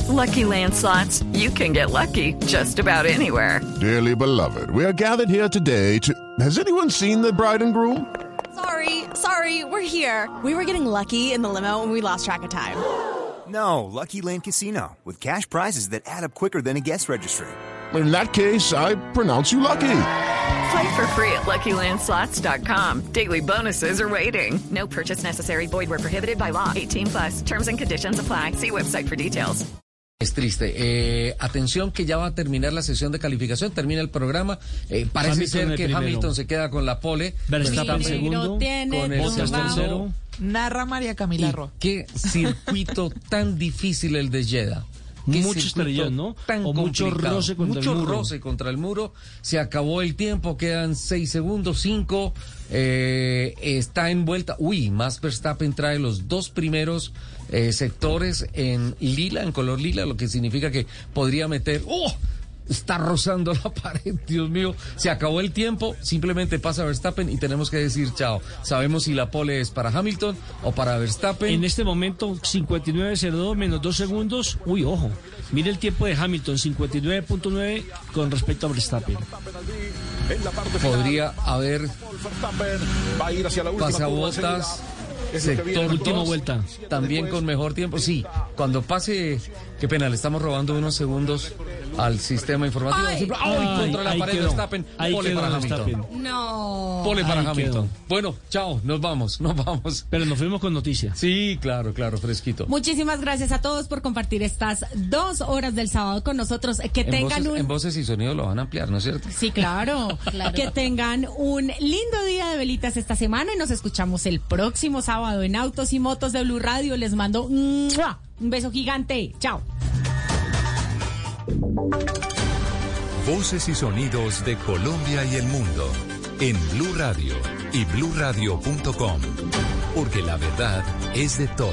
Lucky Land Slots, you can get lucky just about anywhere. Dearly beloved, we are gathered here today to... Has anyone seen the bride and groom? Sorry, we're here. We were getting lucky in the limo and we lost track of time. No, Lucky Land Casino, with cash prizes that add up quicker than a guest registry. In that case, I pronounce you lucky. Play for free at LuckyLandSlots.com. Daily bonuses are waiting. No purchase necessary. Void where prohibited by law. 18+. Terms and conditions apply. See website for details. Es triste. Atención que ya va a terminar la sesión de calificación, termina el programa. Parece Hamilton ser que Hamilton se queda con la pole. Verstappen segundo, con el tercero. Narra María Camila Roa. Qué circuito tan difícil el de Jeddah. Mucho estrellón, ¿no? O mucho roce contra el muro. Mucho roce contra el muro. Se acabó el tiempo, quedan 6 segundos, 5. Está en vuelta. Max Verstappen trae los dos primeros sectores en lila, en color lila, lo que significa que podría meter... Está rozando la pared, Dios mío. Se acabó el tiempo, simplemente pasa Verstappen y tenemos que decir chao. Sabemos si la pole es para Hamilton o para Verstappen. En este momento, 59.02 menos 2 segundos. Ojo. Mire el tiempo de Hamilton, 59.9 con respecto a Verstappen. Podría haber pasabotas. Sector última vuelta. También con mejor tiempo. Sí, cuando pase, qué pena, le estamos robando unos segundos al sistema informativo. Contra la pared de Verstappen. Pole para Hamilton. No. Pole para Hamilton. Bueno, chao, nos vamos. Pero nos fuimos con noticias. Sí, claro, fresquito. Muchísimas gracias a todos por compartir estas 2 horas del sábado con nosotros. Que tengan en voces y sonido lo van a ampliar, ¿no es cierto? Sí, claro. Que tengan un lindo día de velitas esta semana y nos escuchamos el próximo sábado en Autos y Motos de Blue Radio. Les mando un beso gigante. Chao. Voces y sonidos de Colombia y el mundo en Blue Radio y bluradio.com, porque la verdad es de todos.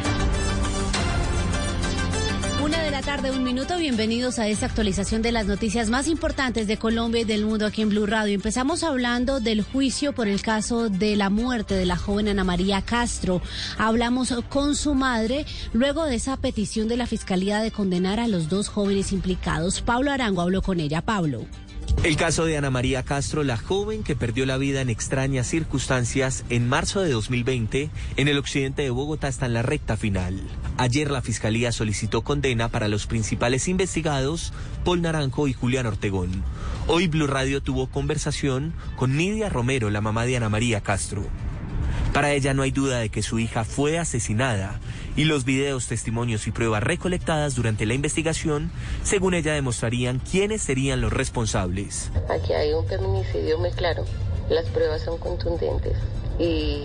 1:01 PM. Bienvenidos a esta actualización de las noticias más importantes de Colombia y del mundo aquí en Blue Radio. Empezamos hablando del juicio por el caso de la muerte de la joven Ana María Castro. Hablamos con su madre luego de esa petición de la Fiscalía de condenar a los 2 jóvenes implicados. Pablo Arango habló con ella. Pablo. El caso de Ana María Castro, la joven que perdió la vida en extrañas circunstancias en marzo de 2020 en el occidente de Bogotá, está en la recta final. Ayer la Fiscalía solicitó condena para los principales investigados, Paul Naranjo y Julián Ortegón. Hoy Blue Radio tuvo conversación con Nidia Romero, la mamá de Ana María Castro. Para ella no hay duda de que su hija fue asesinada y los videos, testimonios y pruebas recolectadas durante la investigación, según ella, demostrarían quiénes serían los responsables. Aquí hay un feminicidio muy claro, las pruebas son contundentes y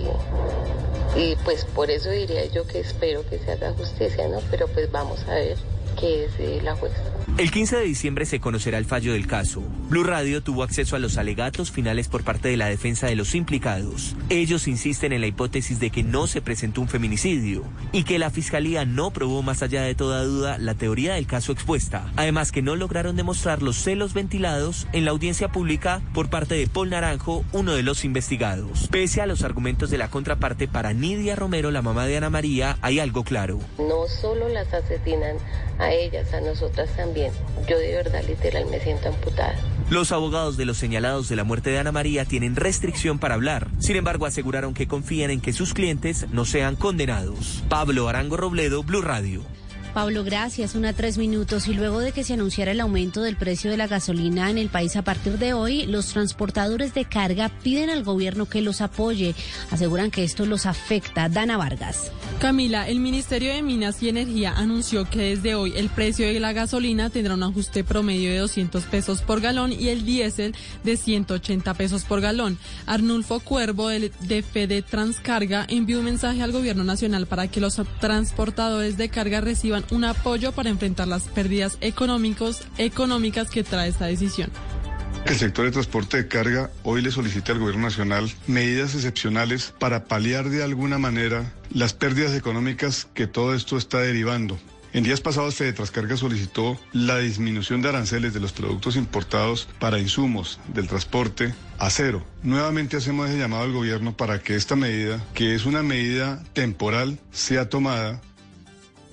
pues por eso diría yo que espero que se haga justicia, ¿no? Pero pues vamos a ver qué decide la jueza. El 15 de diciembre se conocerá el fallo del caso. Blue Radio tuvo acceso a los alegatos finales por parte de la defensa de los implicados. Ellos insisten en la hipótesis de que no se presentó un feminicidio y que la Fiscalía no probó más allá de toda duda la teoría del caso expuesta. Además que no lograron demostrar los celos ventilados en la audiencia pública por parte de Paul Naranjo, uno de los investigados. Pese a los argumentos de la contraparte, para Nidia Romero, la mamá de Ana María, hay algo claro. No solo las asesinan a ellas, a nosotras también. Yo de verdad literal me siento amputada. Los abogados de los señalados de la muerte de Ana María tienen restricción para hablar. Sin embargo, aseguraron que confían en que sus clientes no sean condenados. Pablo Arango Robledo, Blue Radio. Pablo, gracias. 1:03 PM. Y luego de que se anunciara el aumento del precio de la gasolina en el país a partir de hoy, los transportadores de carga piden al gobierno que los apoye. Aseguran que esto los afecta. Dana Vargas. Camila, el Ministerio de Minas y Energía anunció que desde hoy el precio de la gasolina tendrá un ajuste promedio de 200 pesos por galón y el diésel de 180 pesos por galón. Arnulfo Cuervo, de Fede Transcarga, envió un mensaje al gobierno nacional para que los transportadores de carga reciban un apoyo para enfrentar las pérdidas económicas que trae esta decisión. El sector de transporte de carga hoy le solicita al gobierno nacional medidas excepcionales para paliar de alguna manera las pérdidas económicas que todo esto está derivando. En días pasados, Fedetrascarga solicitó la disminución de aranceles de los productos importados para insumos del transporte a cero. Nuevamente hacemos ese llamado al gobierno para que esta medida, que es una medida temporal, sea tomada.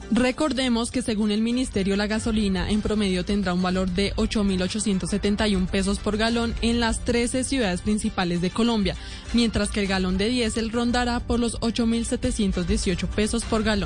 Recordemos que según el ministerio la gasolina en promedio tendrá un valor de 8.871 pesos por galón en las 13 ciudades principales de Colombia, mientras que el galón de diésel rondará por los 8.718 pesos por galón.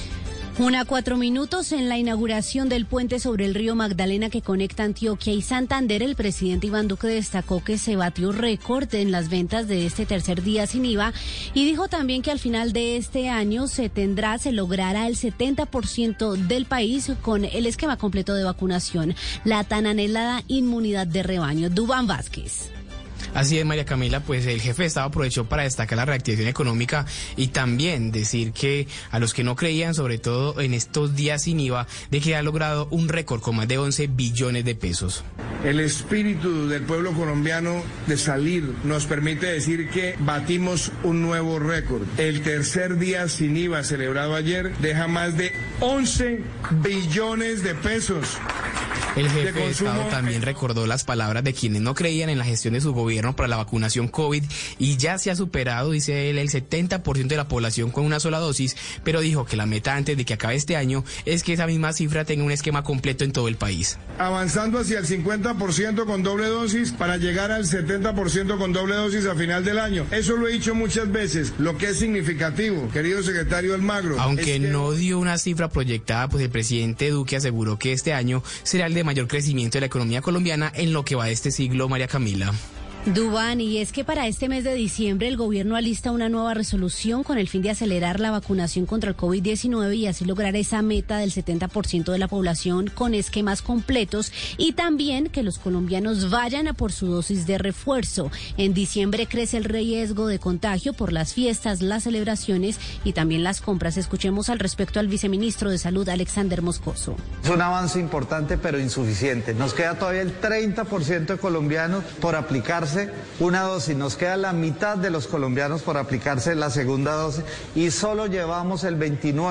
1:04 en la inauguración del puente sobre el río Magdalena que conecta Antioquia y Santander, el presidente Iván Duque destacó que se batió récord en las ventas de este tercer día sin IVA y dijo también que al final de este año se logrará el 70% del país con el esquema completo de vacunación, la tan anhelada inmunidad de rebaño. Duván Vázquez. Así es, María Camila, pues el jefe de Estado aprovechó para destacar la reactivación económica y también decir que a los que no creían, sobre todo en estos días sin IVA, de que ha logrado un récord con más de 11 billones de pesos. El espíritu del pueblo colombiano de salir nos permite decir que batimos un nuevo récord. El tercer día sin IVA celebrado ayer deja más de 11 billones de pesos. El jefe de Estado también recordó las palabras de quienes no creían en la gestión de su gobierno para la vacunación COVID y ya se ha superado, dice él, el 70% de la población con una sola dosis, pero dijo que la meta antes de que acabe este año es que esa misma cifra tenga un esquema completo en todo el país. Avanzando hacia el 50% con doble dosis para llegar al 70% con doble dosis a final del año. Eso lo he dicho muchas veces. Lo que es significativo, querido secretario Almagro. Aunque no dio una cifra proyectada, pues el presidente Duque aseguró que este año será el de mayor crecimiento de la economía colombiana en lo que va de este siglo, María Camila. Duván, y es que para este mes de diciembre el gobierno alista una nueva resolución con el fin de acelerar la vacunación contra el COVID-19 y así lograr esa meta del 70% de la población con esquemas completos y también que los colombianos vayan a por su dosis de refuerzo. En diciembre crece el riesgo de contagio por las fiestas, las celebraciones y también las compras. Escuchemos al respecto al viceministro de Salud, Alexander Moscoso. Es un avance importante pero insuficiente. Nos queda todavía el 30% de colombianos por aplicarse una dosis, nos queda la mitad de los colombianos por aplicarse la segunda dosis y solo llevamos el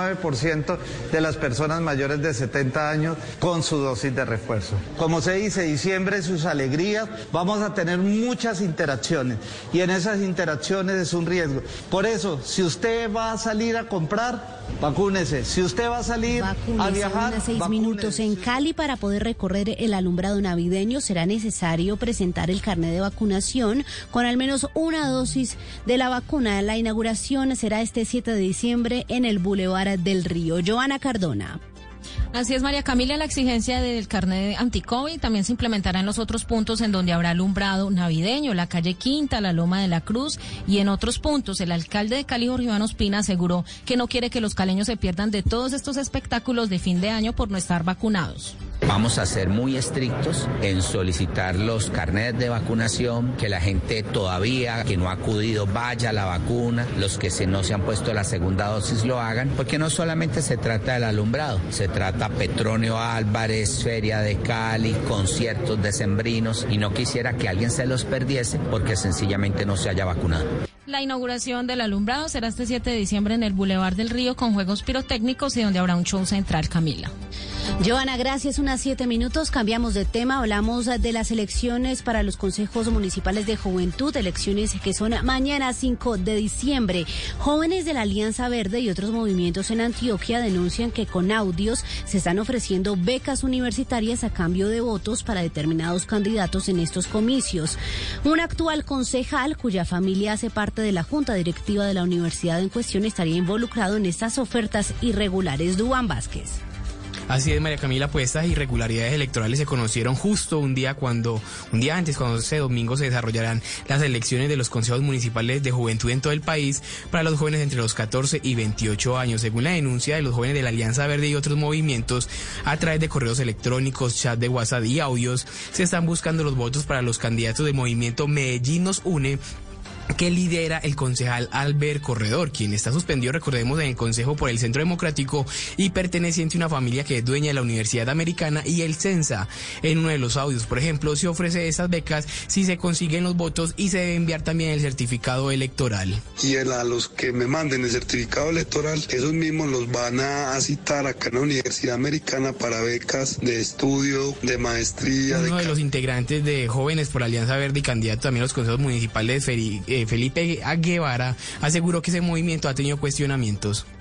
29% de las personas mayores de 70 años con su dosis de refuerzo. Como se dice, diciembre sus alegrías, vamos a tener muchas interacciones y en esas interacciones es un riesgo. Por eso, si usted va a salir a comprar, vacúnese. Si usted va a salir a viajar, unas 6 minutos en Cali. Para poder recorrer el alumbrado navideño será necesario presentar el carnet de vacunación con al menos una dosis de la vacuna. La inauguración será este 7 de diciembre en el Boulevard del Río. Joana Cardona. Así es, María Camila, la exigencia del carnet anti-COVID también se implementará en los otros puntos en donde habrá alumbrado navideño, la calle Quinta, la Loma de la Cruz y en otros puntos. El alcalde de Cali, Jorge Iván Ospina, aseguró que no quiere que los caleños se pierdan de todos estos espectáculos de fin de año por no estar vacunados. Vamos a ser muy estrictos en solicitar los carnets de vacunación, que la gente todavía que no ha acudido vaya a la vacuna, los que no se han puesto la segunda dosis lo hagan, porque no solamente se trata del alumbrado, se trata Petronio Álvarez, Feria de Cali, conciertos decembrinos y no quisiera que alguien se los perdiese porque sencillamente no se haya vacunado. La inauguración del alumbrado será este 7 de diciembre en el Boulevard del Río con juegos pirotécnicos y donde habrá un show central, Camila. Joana, gracias. Unas 7 minutos. Cambiamos de tema. Hablamos de las elecciones para los consejos municipales de juventud, elecciones que son mañana 5 de diciembre. Jóvenes de la Alianza Verde y otros movimientos en Antioquia denuncian que con audios se están ofreciendo becas universitarias a cambio de votos para determinados candidatos en estos comicios. Un actual concejal cuya familia hace parte de la junta directiva de la universidad en cuestión estaría involucrado en estas ofertas irregulares. Duván Vázquez. Así es, María Camila, pues estas irregularidades electorales se conocieron justo un día antes, cuando ese domingo se desarrollarán las elecciones de los consejos municipales de juventud en todo el país para los jóvenes entre los 14 y 28 años. Según la denuncia de los jóvenes de la Alianza Verde y otros movimientos, a través de correos electrónicos, chat de WhatsApp y audios, se están buscando los votos para los candidatos del movimiento Medellín Nos Une, que lidera el concejal Albert Corredor, quien está suspendido, recordemos, en el Consejo por el Centro Democrático y perteneciente a una familia que es dueña de la Universidad Americana y el CENSA. En uno de los audios, por ejemplo, se ofrece esas becas si se consiguen los votos y se debe enviar también el certificado electoral. Y a los que me manden el certificado electoral, esos mismos los van a citar acá en la Universidad Americana para becas de estudio, de maestría. Uno de los integrantes de Jóvenes por la Alianza Verde y candidato también a los consejos municipales, Felipe Guevara, aseguró que ese movimiento ha tenido cuestionamientos.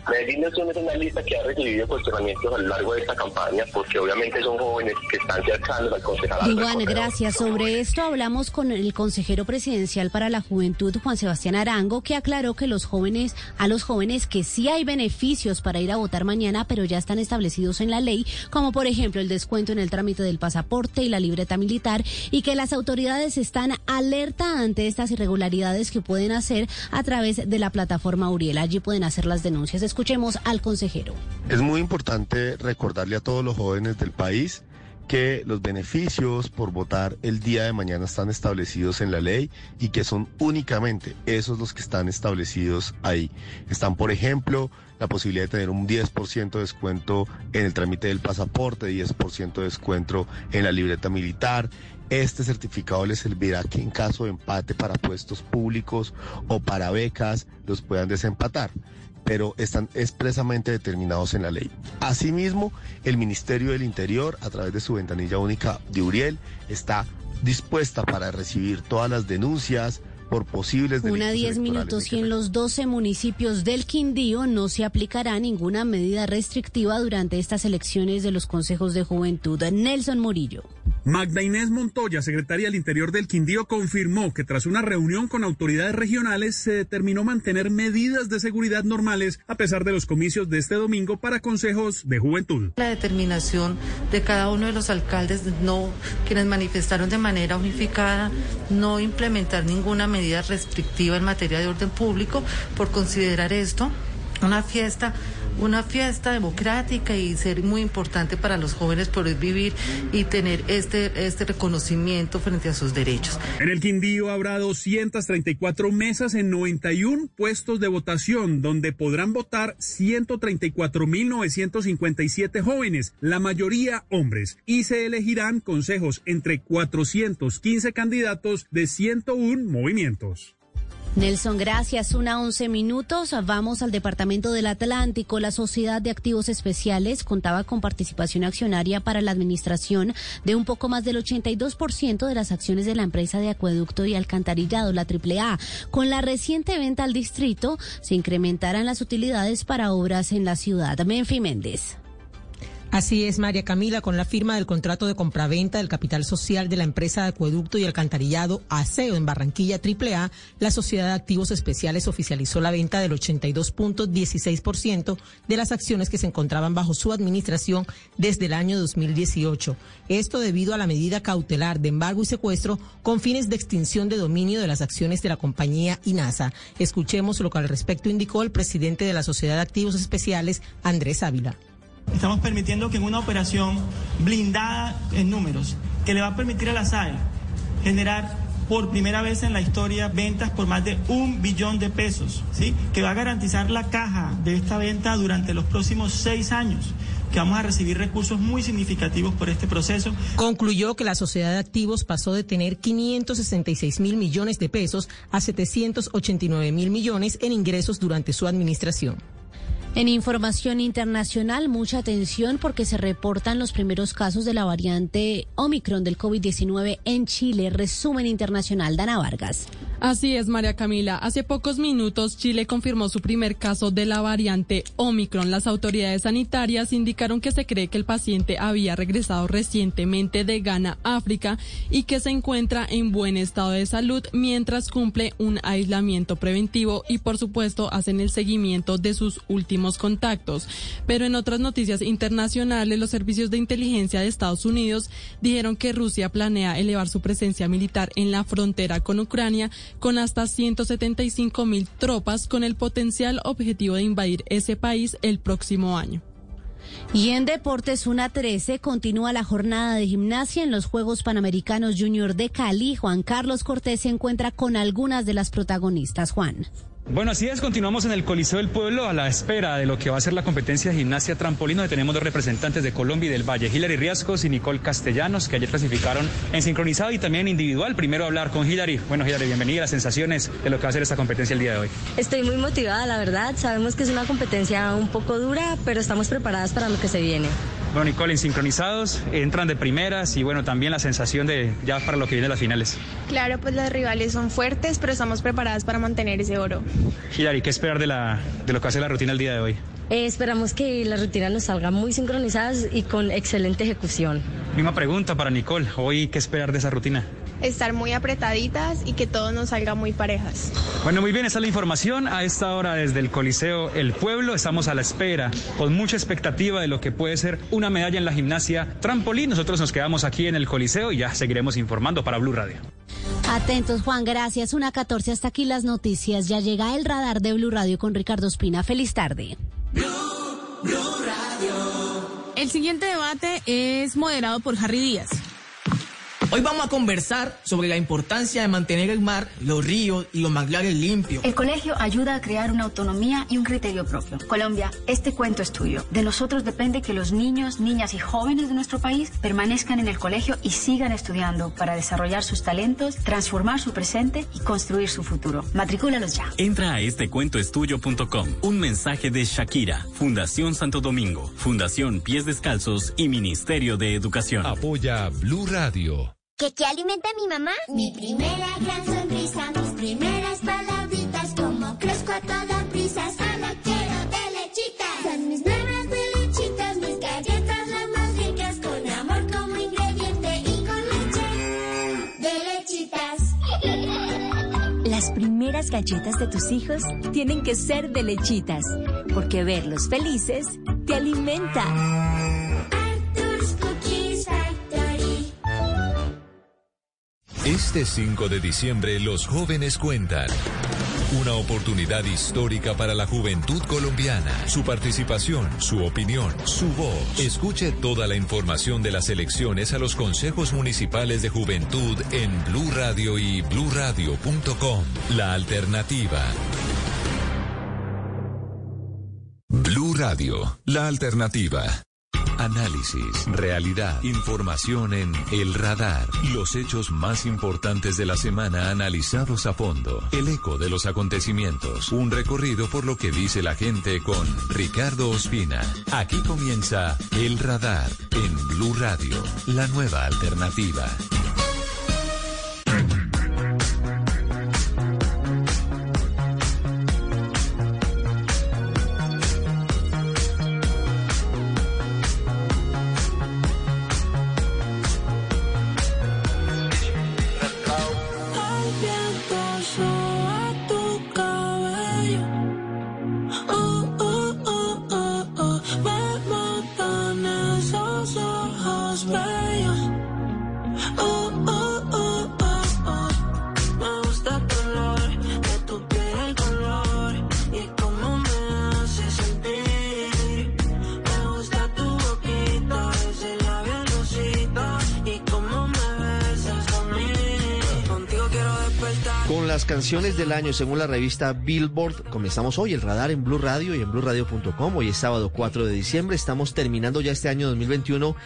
Medellín no es una lista que ha recibido cuestionamientos a lo largo de esta campaña, porque obviamente son jóvenes que están cercanos al concejal. Iván, gracias. Sobre esto hablamos con el consejero presidencial para la juventud, Juan Sebastián Arango, que aclaró que a los jóvenes que sí hay beneficios para ir a votar mañana, pero ya están establecidos en la ley, como por ejemplo el descuento en el trámite del pasaporte y la libreta militar, y que las autoridades están alerta ante estas irregularidades que pueden hacer a través de la plataforma Uriel. Allí pueden hacer las denuncias. Escuchemos al consejero. Es muy importante recordarle a todos los jóvenes del país que los beneficios por votar el día de mañana están establecidos en la ley y que son únicamente esos los que están establecidos ahí. Están, por ejemplo, la posibilidad de tener un 10% de descuento en el trámite del pasaporte, 10% de descuento en la libreta militar. Este certificado les servirá que en caso de empate para puestos públicos o para becas los puedan desempatar, pero están expresamente determinados en la ley. Asimismo, el Ministerio del Interior, a través de su ventanilla única de Uriel, está dispuesta para recibir todas las denuncias por posibles delitos. 1:10 minutos y en los 12 municipios del Quindío no se aplicará ninguna medida restrictiva durante estas elecciones de los consejos de juventud. Nelson Murillo. Magda Inés Montoya, secretaria del Interior del Quindío, confirmó que tras una reunión con autoridades regionales se determinó mantener medidas de seguridad normales a pesar de los comicios de este domingo para consejos de juventud. La determinación de cada uno de los alcaldes, quienes manifestaron de manera unificada, no implementar ninguna medida restrictiva en materia de orden público por considerar esto una fiesta democrática y ser muy importante para los jóvenes poder vivir y tener este reconocimiento frente a sus derechos. En el Quindío habrá 234 mesas en 91 puestos de votación, donde podrán votar 134.957 jóvenes, la mayoría hombres, y se elegirán consejos entre 415 candidatos de 101 movimientos. Nelson, gracias. 1:11 minutos. Vamos al Departamento del Atlántico. La Sociedad de Activos Especiales contaba con participación accionaria para la administración de un poco más del 82% de las acciones de la empresa de acueducto y alcantarillado, la AAA. Con la reciente venta al distrito, se incrementarán las utilidades para obras en la ciudad. Menfi Méndez. Así es, María Camila, con la firma del contrato de compraventa del capital social de la empresa de acueducto y alcantarillado ASEO en Barranquilla AAA, la Sociedad de Activos Especiales oficializó la venta del 82.16% de las acciones que se encontraban bajo su administración desde el año 2018. Esto debido a la medida cautelar de embargo y secuestro con fines de extinción de dominio de las acciones de la compañía INASA. Escuchemos lo que al respecto indicó el presidente de la Sociedad de Activos Especiales, Andrés Ávila. Estamos permitiendo que en una operación blindada en números, que le va a permitir a la SAE generar por primera vez en la historia ventas por más de 1 billón de pesos, ¿sí? Que va a garantizar la caja de esta venta durante los próximos 6 años, que vamos a recibir recursos muy significativos por este proceso. Concluyó que la sociedad de activos pasó de tener 566.000 millones de pesos a 789.000 millones en ingresos durante su administración. En información internacional, mucha atención porque se reportan los primeros casos de la variante Omicron del COVID-19 en Chile. Resumen internacional, Dana Vargas. Así es, María Camila. Hace pocos minutos, Chile confirmó su primer caso de la variante Omicron. Las autoridades sanitarias indicaron que se cree que el paciente había regresado recientemente de Ghana, África, y que se encuentra en buen estado de salud mientras cumple un aislamiento preventivo y, por supuesto, hacen el seguimiento de sus últimos contactos. Pero en otras noticias internacionales, los servicios de inteligencia de Estados Unidos dijeron que Rusia planea elevar su presencia militar en la frontera con Ucrania con hasta 175.000 tropas, con el potencial objetivo de invadir ese país el próximo año. Y en deportes, 1:13, continúa la jornada de gimnasia en los Juegos Panamericanos Junior de Cali. Juan Carlos Cortés se encuentra con algunas de las protagonistas. Juan. Bueno, así es, continuamos en el Coliseo del Pueblo a la espera de lo que va a ser la competencia de gimnasia trampolín, donde tenemos dos representantes de Colombia y del Valle, Hilary Riascos y Nicole Castellanos, que ayer clasificaron en sincronizado y también en individual. Primero a hablar con Hilary. Bueno, Hilary, bienvenida. Las sensaciones de lo que va a ser esta competencia el día de hoy. Estoy muy motivada, la verdad. Sabemos que es una competencia un poco dura, pero estamos preparadas para lo que se viene. Bueno, Nicole, en sincronizados, entran de primeras y bueno, también la sensación de ya para lo que viene las finales. Claro, pues los rivales son fuertes, pero estamos preparadas para mantener ese oro. Hilary, ¿qué esperar de lo que va a ser la rutina el día de hoy? Esperamos que la rutina nos salga muy sincronizadas y con excelente ejecución. Misma pregunta para Nicole. Hoy, ¿qué esperar de esa rutina? Estar muy apretaditas y que todo nos salga muy parejas. Bueno, muy bien, esa es la información. A esta hora desde el Coliseo El Pueblo estamos a la espera, con mucha expectativa de lo que puede ser una medalla en la gimnasia trampolín. Nosotros nos quedamos aquí en el Coliseo y ya seguiremos informando para Blue Radio. Atentos, Juan, gracias. 1:14, hasta aquí las noticias. Ya llega el radar de Blue Radio con Ricardo Ospina. Feliz tarde. Blue Radio. El siguiente debate es moderado por Harry Díaz. Hoy vamos a conversar sobre la importancia de mantener el mar, los ríos y los manglares limpios. El colegio ayuda a crear una autonomía y un criterio propio. Colombia, este cuento es tuyo. De nosotros depende que los niños, niñas y jóvenes de nuestro país permanezcan en el colegio y sigan estudiando para desarrollar sus talentos, transformar su presente y construir su futuro. Matricúlalos ya. Entra a estecuentoestudio.com. Un mensaje de Shakira, Fundación Santo Domingo, Fundación Pies Descalzos y Ministerio de Educación. Apoya Blue Radio. ¿Qué alimenta mi mamá? Mi primera gran sonrisa, mis primeras palabritas, como crezco a toda prisa, solo quiero de lechitas. Son mis nuevas de lechitas, mis galletas las más ricas, con amor como ingrediente y con leche de lechitas. Las primeras galletas de tus hijos tienen que ser de lechitas, porque verlos felices te alimenta. Este 5 de diciembre los jóvenes cuentan. Una oportunidad histórica para la juventud colombiana. Su participación, su opinión, su voz. Escuche toda la información de las elecciones a los consejos municipales de juventud en Blue Radio y bluradio.com. La alternativa. Blue Radio, la alternativa. Análisis, realidad, información en El Radar. Los hechos más importantes de la semana analizados a fondo. El eco de los acontecimientos. Un recorrido por lo que dice la gente con Ricardo Ospina. Aquí comienza El Radar en Blue Radio, la nueva alternativa. Canciones del año según la revista Billboard. Comenzamos hoy el radar en Blue Radio y en bluradio.com. Hoy es sábado 4 de diciembre. Estamos terminando ya este año 2021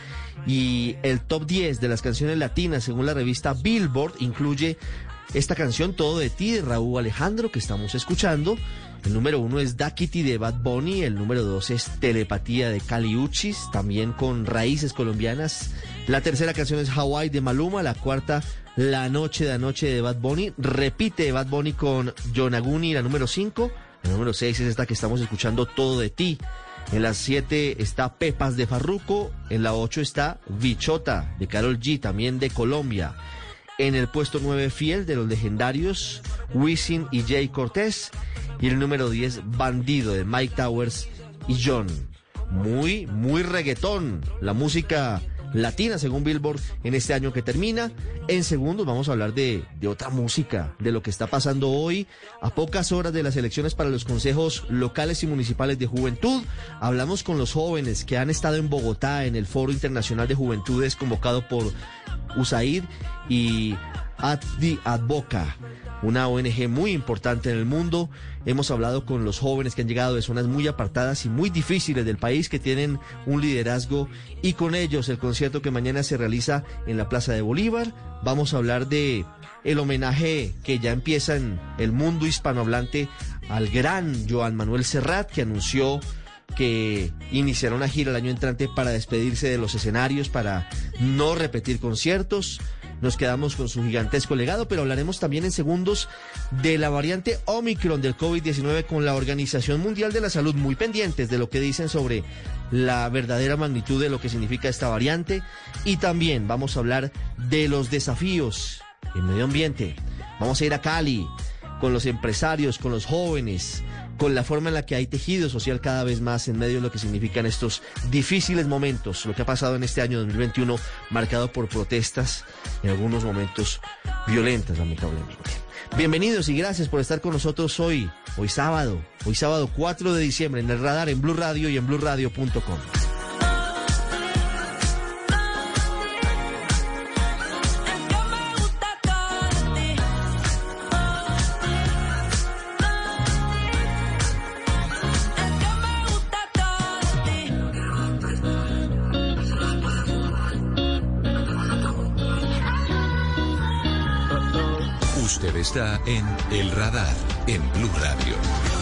y el top 10 de las canciones latinas según la revista Billboard incluye esta canción Todo de ti de Raúl Alejandro que estamos escuchando. El número 1 es Da Kitty de Bad Bunny. El número 2 es Telepatía de Kali Uchis, también con raíces colombianas. La tercera canción es Hawaii de Maluma. La cuarta, La Noche de Anoche de Bad Bunny. Repite Bad Bunny con Yonaguni, la número 5. La número 6 es esta que estamos escuchando, Todo de ti. En la 7 está Pepas de Farruko. En la 8 está Bichota de Karol G, también de Colombia. En el puesto 9, Fiel de los legendarios Wisin y Jay Cortés. Y el número 10, Bandido de Mike Towers y John. Muy reggaetón. La música latina según Billboard en este año que termina. En segundos vamos a hablar de otra música, de lo que está pasando hoy a pocas horas de las elecciones para los consejos locales y municipales de juventud. Hablamos con los jóvenes que han estado en Bogotá en el Foro Internacional de Juventudes convocado por USAID y Advoca, una ONG muy importante en el mundo. Hemos hablado con los jóvenes que han llegado de zonas muy apartadas y muy difíciles del país, que tienen un liderazgo, y con ellos el concierto que mañana se realiza en la Plaza de Bolívar. Vamos a hablar de el homenaje que ya empieza en el mundo hispanohablante al gran Joan Manuel Serrat, que anunció que iniciará una gira el año entrante para despedirse de los escenarios, para no repetir conciertos. nos quedamos con su gigantesco legado, pero hablaremos también en segundos de la variante Omicron del COVID-19 con la Organización Mundial de la Salud, muy pendientes de lo que dicen sobre la verdadera magnitud de lo que significa esta variante, y también vamos a hablar de los desafíos en medio ambiente. Vamos a ir a Cali con los empresarios, con los jóvenes, con la forma en la que hay tejido social cada vez más en medio de lo que significan estos difíciles momentos, lo que ha pasado en este año 2021, marcado por protestas, en algunos momentos violentas, lamentablemente. Bienvenidos y gracias por estar con nosotros hoy sábado 4 de diciembre en el Radar, en Blue Radio y en BlueRadio.com. Usted está en El Radar, en Blue Radio.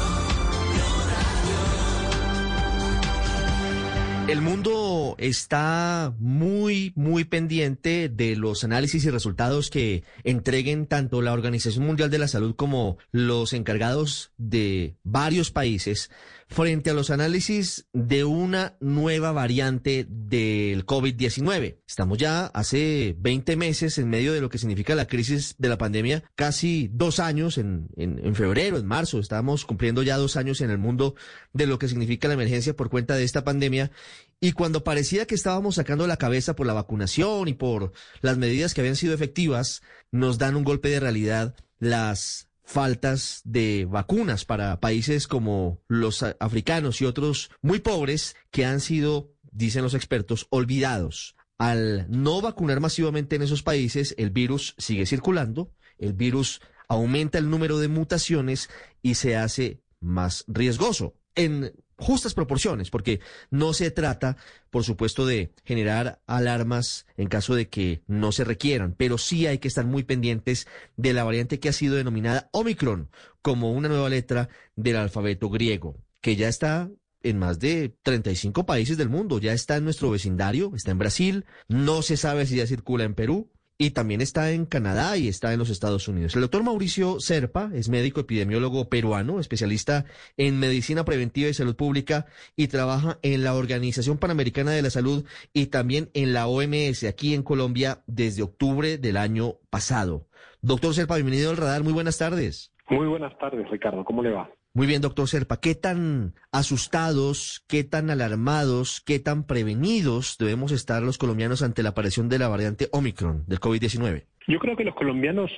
El mundo está muy pendiente de los análisis y resultados que entreguen tanto la Organización Mundial de la Salud como los encargados de varios países frente a los análisis de una nueva variante del COVID-19. Estamos ya hace 20 meses en medio de lo que significa la crisis de la pandemia, casi 2 años en febrero, en marzo, estamos cumpliendo ya 2 años en el mundo de lo que significa la emergencia por cuenta de esta pandemia. Y cuando parecía que estábamos sacando la cabeza por la vacunación y por las medidas que habían sido efectivas, nos dan un golpe de realidad las faltas de vacunas para países como los africanos y otros muy pobres que han sido, dicen los expertos, olvidados. Al no vacunar masivamente en esos países, el virus sigue circulando, el virus aumenta el número de mutaciones y se hace más riesgoso en justas proporciones, porque no se trata, por supuesto, de generar alarmas en caso de que no se requieran, pero sí hay que estar muy pendientes de la variante que ha sido denominada Omicron, como una nueva letra del alfabeto griego, que ya está en más de 35 países del mundo, ya está en nuestro vecindario, está en Brasil, no se sabe si ya circula en Perú, y también está en Canadá y está en los Estados Unidos. El doctor Mauricio Serpa es médico epidemiólogo peruano, especialista en medicina preventiva y salud pública y trabaja en la Organización Panamericana de la Salud y también en la OMS aquí en Colombia desde octubre del año pasado. Doctor Serpa, bienvenido al Radar, muy buenas tardes. Muy buenas tardes, Ricardo, ¿cómo le va? Muy bien, doctor Serpa. ¿Qué tan asustados, qué tan alarmados, qué tan prevenidos debemos estar los colombianos ante la aparición de la variante Omicron del COVID-19? Yo creo que los colombianos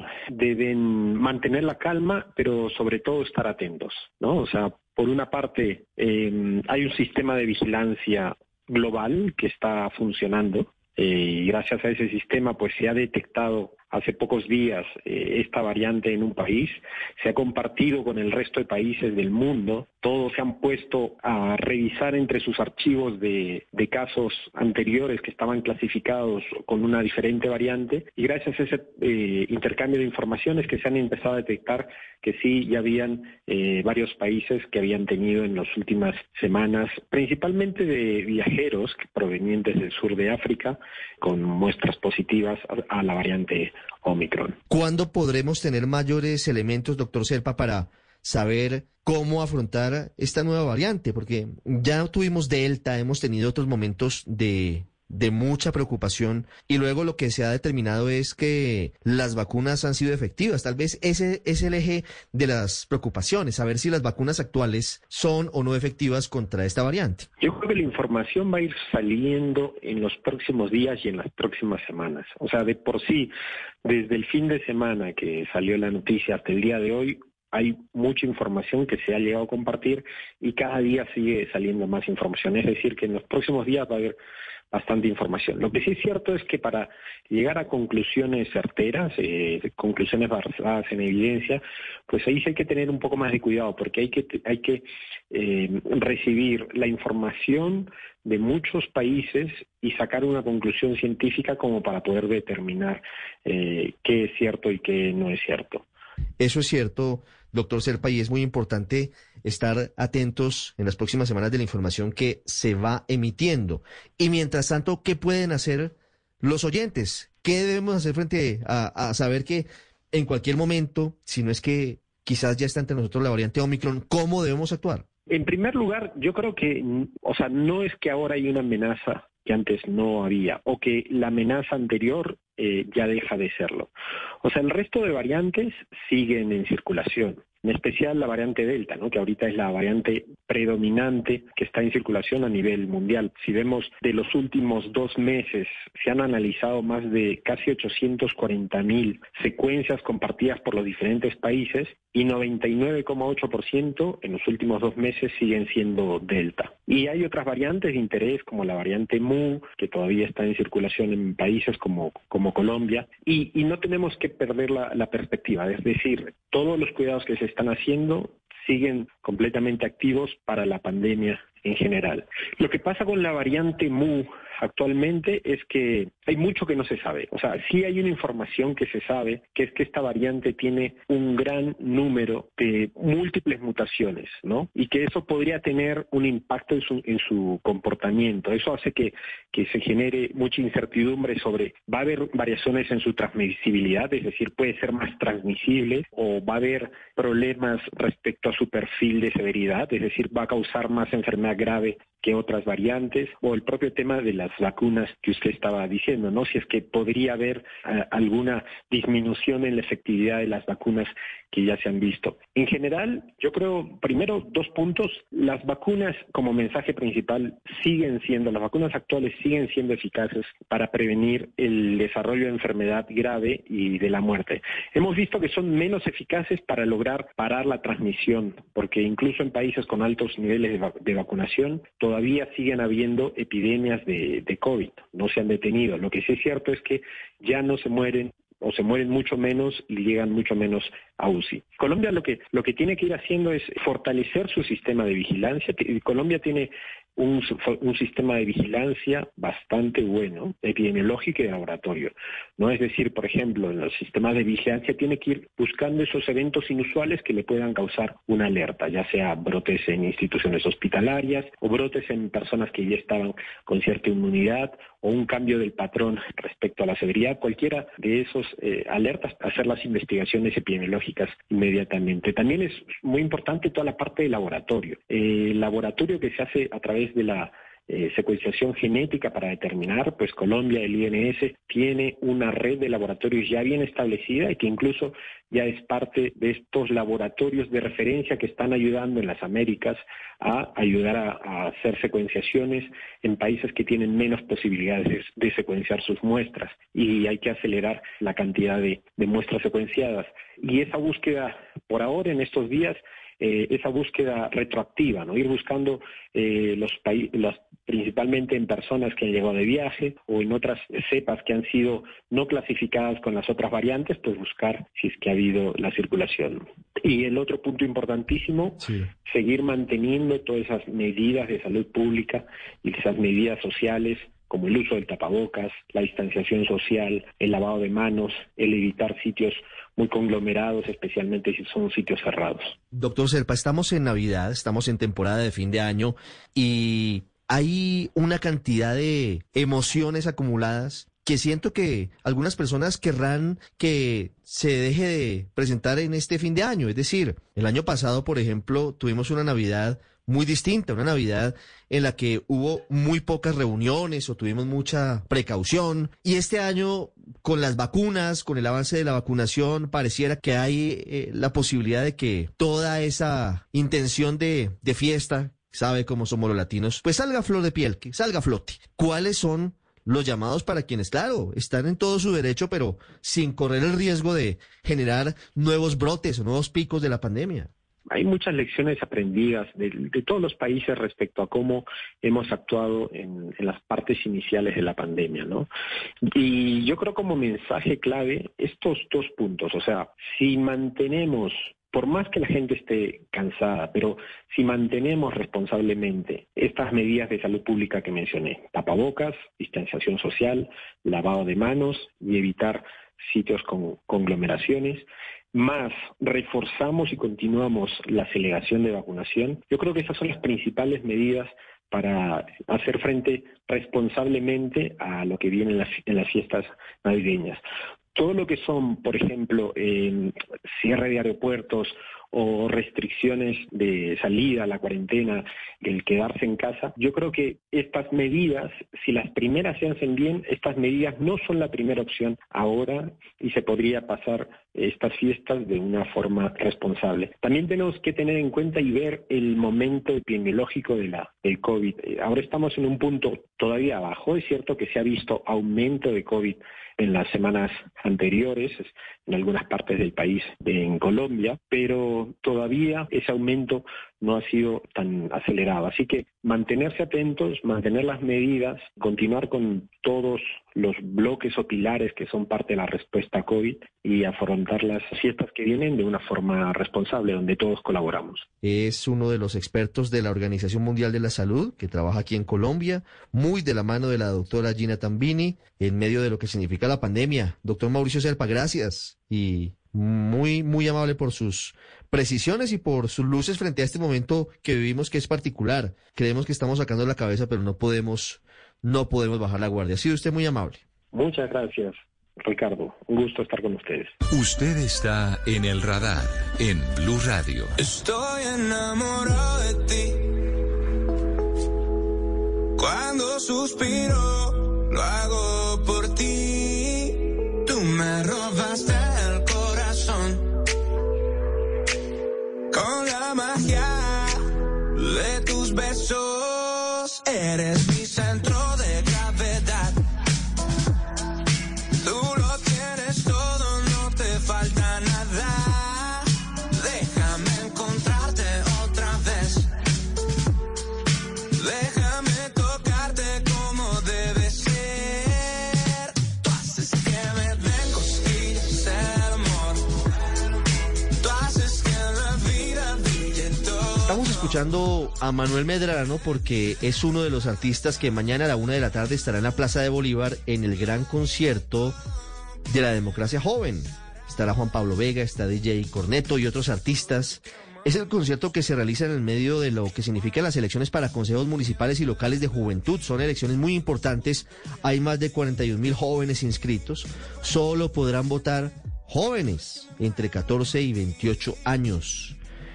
deben mantener la calma, pero sobre todo estar atentos, ¿no? O sea, por una parte, hay un sistema de vigilancia global que está funcionando. Y gracias a ese sistema, pues se ha detectado hace pocos días esta variante en un país, se ha compartido con el resto de países del mundo, todos se han puesto a revisar entre sus archivos de casos anteriores que estaban clasificados con una diferente variante, y gracias a ese intercambio de informaciones que se han empezado a detectar que sí ya habían varios países que habían tenido en las últimas semanas, principalmente de viajeros provenientes del sur de África, con muestras positivas a la variante Omicron. ¿Cuándo podremos tener mayores elementos, doctor Serpa, para saber cómo afrontar esta nueva variante? Porque ya tuvimos Delta, hemos tenido otros momentos de mucha preocupación y luego lo que se ha determinado es que las vacunas han sido efectivas. Tal vez ese es el eje de las preocupaciones, saber si las vacunas actuales son o no efectivas contra esta variante. Yo creo que la información va a ir saliendo en los próximos días y en las próximas semanas. O sea, de por sí, desde el fin de semana que salió la noticia hasta el día de hoy, hay mucha información que se ha llegado a compartir y cada día sigue saliendo más información. Es decir, que en los próximos días va a haber bastante información. Lo que sí es cierto es que para llegar a conclusiones certeras, conclusiones basadas en evidencia, pues ahí sí hay que tener un poco más de cuidado, porque hay que recibir la información de muchos países y sacar una conclusión científica como para poder determinar qué es cierto y qué no es cierto. Eso es cierto, doctor Serpa, y es muy importante estar atentos en las próximas semanas de la información que se va emitiendo. Y mientras tanto, ¿qué pueden hacer los oyentes ¿Qué debemos hacer frente a saber que en cualquier momento, si no es que quizás ya está entre nosotros la variante Omicron, cómo debemos actuar? En primer lugar, yo creo que, no es que ahora hay una amenaza que antes no había, o que la amenaza anterior ya deja de serlo. El resto de variantes siguen en circulación, en especial la variante Delta, ¿no? Que ahorita es la variante predominante que está en circulación a nivel mundial. Si vemos de los últimos 2 meses, se han analizado más de casi 840,000 secuencias compartidas por los diferentes países y 99,8% en los últimos 2 meses siguen siendo Delta. Y hay otras variantes de interés como la variante Mu, que todavía está en circulación en países como Colombia, y no tenemos que perder la perspectiva, es decir, todos los cuidados que se están haciendo siguen completamente activos para la pandemia en general. Lo que pasa con la variante Mu actualmente es que hay mucho que no se sabe. Sí hay una información que se sabe, que es que esta variante tiene un gran número de múltiples mutaciones, ¿no? Y que eso podría tener un impacto en su comportamiento. Eso hace que se genere mucha incertidumbre sobre, ¿va a haber variaciones en su transmisibilidad? Es decir, ¿puede ser más transmisible? ¿O va a haber problemas respecto a su perfil de severidad? Es decir, ¿va a causar más enfermedad grave que otras variantes? O el propio tema de las vacunas que usted estaba diciendo, ¿no? Si es que podría haber alguna disminución en la efectividad de las vacunas que ya se han visto. En general, yo creo, primero, 2 puntos. Las vacunas, como mensaje principal, las vacunas actuales siguen siendo eficaces para prevenir el desarrollo de enfermedad grave y de la muerte. Hemos visto que son menos eficaces para lograr parar la transmisión, porque incluso en países con altos niveles de vacunación, todavía siguen habiendo epidemias de COVID, no se han detenido. Lo que sí es cierto es que ya no se mueren o se mueren mucho menos y llegan mucho menos a UCI. Colombia lo que tiene que ir haciendo es fortalecer su sistema de vigilancia. Colombia tiene un sistema de vigilancia bastante bueno, epidemiológico y de laboratorio, ¿no? Es decir, por ejemplo, en los sistemas de vigilancia tiene que ir buscando esos eventos inusuales que le puedan causar una alerta, ya sea brotes en instituciones hospitalarias o brotes en personas que ya estaban con cierta inmunidad o un cambio del patrón respecto a la severidad. Cualquiera de esos alertas, hacer las investigaciones epidemiológicas inmediatamente. También es muy importante toda la parte de laboratorio. El laboratorio que se hace a través de la secuenciación genética para determinar, pues Colombia, el INS, tiene una red de laboratorios ya bien establecida y que incluso ya es parte de estos laboratorios de referencia que están ayudando en las Américas a ayudar a hacer secuenciaciones en países que tienen menos posibilidades de secuenciar sus muestras, y hay que acelerar la cantidad de muestras secuenciadas. Y esa búsqueda, por ahora, en estos días, esa búsqueda retroactiva, ¿no? Ir buscando principalmente en personas que han llegado de viaje o en otras cepas que han sido no clasificadas con las otras variantes, pues buscar si es que ha habido la circulación. Y el otro punto importantísimo, seguir manteniendo todas esas medidas de salud pública y esas medidas sociales, como el uso del tapabocas, la distanciación social, el lavado de manos, el evitar sitios muy conglomerados, especialmente si son sitios cerrados. Doctor Serpa, estamos en Navidad, estamos en temporada de fin de año y hay una cantidad de emociones acumuladas que siento que algunas personas querrán que se deje de presentar en este fin de año. Es decir, el año pasado, por ejemplo, tuvimos una Navidad muy distinta, una Navidad en la que hubo muy pocas reuniones o tuvimos mucha precaución. Y este año, con las vacunas, con el avance de la vacunación, pareciera que hay la posibilidad de que toda esa intención de fiesta, sabe cómo somos los latinos, pues salga a flor de piel, que salga a flote. ¿Cuáles son los llamados para quienes, claro, están en todo su derecho, pero sin correr el riesgo de generar nuevos brotes o nuevos picos de la pandemia? Hay muchas lecciones aprendidas de todos los países respecto a cómo hemos actuado en las partes iniciales de la pandemia, ¿no? Y yo creo como mensaje clave estos 2 puntos. O sea, si mantenemos, por más que la gente esté cansada, pero si mantenemos responsablemente estas medidas de salud pública que mencioné, tapabocas, distanciación social, lavado de manos y evitar sitios con conglomeraciones, más reforzamos y continuamos la aceleración de vacunación, yo creo que esas son las principales medidas para hacer frente responsablemente a lo que viene en las fiestas navideñas. Todo lo que son, por ejemplo, cierre de aeropuertos o restricciones de salida a la cuarentena, el quedarse en casa, yo creo que estas medidas, si las primeras se hacen bien, estas medidas no son la primera opción ahora y se podría pasar estas fiestas de una forma responsable. También tenemos que tener en cuenta y ver el momento epidemiológico del COVID. Ahora estamos en un punto todavía bajo, es cierto que se ha visto aumento de COVID en las semanas anteriores, en algunas partes del país, en Colombia, pero todavía ese aumento no ha sido tan acelerado. Así que mantenerse atentos, mantener las medidas, continuar con todos los bloques o pilares que son parte de la respuesta a COVID y afrontar las fiestas que vienen de una forma responsable, donde todos colaboramos. Es uno de los expertos de la Organización Mundial de la Salud, que trabaja aquí en Colombia, muy de la mano de la doctora Gina Tambini, en medio de lo que significa la pandemia. Doctor Mauricio Serpa, gracias. Y muy, muy amable por sus precisiones y por sus luces frente a este momento que vivimos, que es particular. Creemos que estamos sacando la cabeza, pero no podemos bajar la guardia. Ha sido usted muy amable. Muchas gracias, Ricardo. Un gusto estar con ustedes. Usted está en el radar en Blue Radio. Estoy enamorado de ti. Cuando suspiro, lo hago por ti. Tú me robaste el corazón con la magia de tus besos. Eres mi centro de gravedad. Tú lo tienes todo, no te falta nada. Déjame encontrarte otra vez. Déjame tocarte como debe ser. Tú haces que me den cosquillas el amor. Tú haces que la vida brille todo. Estamos escuchando a Manuel Medrano porque es uno de los artistas que mañana a la 1:00 p.m. estará en la Plaza de Bolívar en el gran concierto de la democracia joven. Estará Juan Pablo Vega, está DJ Corneto y otros artistas. Es el concierto que se realiza en el medio de lo que significan las elecciones para consejos municipales y locales de juventud. Son elecciones muy importantes. Hay más de 41.000 jóvenes inscritos. Solo podrán votar jóvenes entre 14 y 28 años.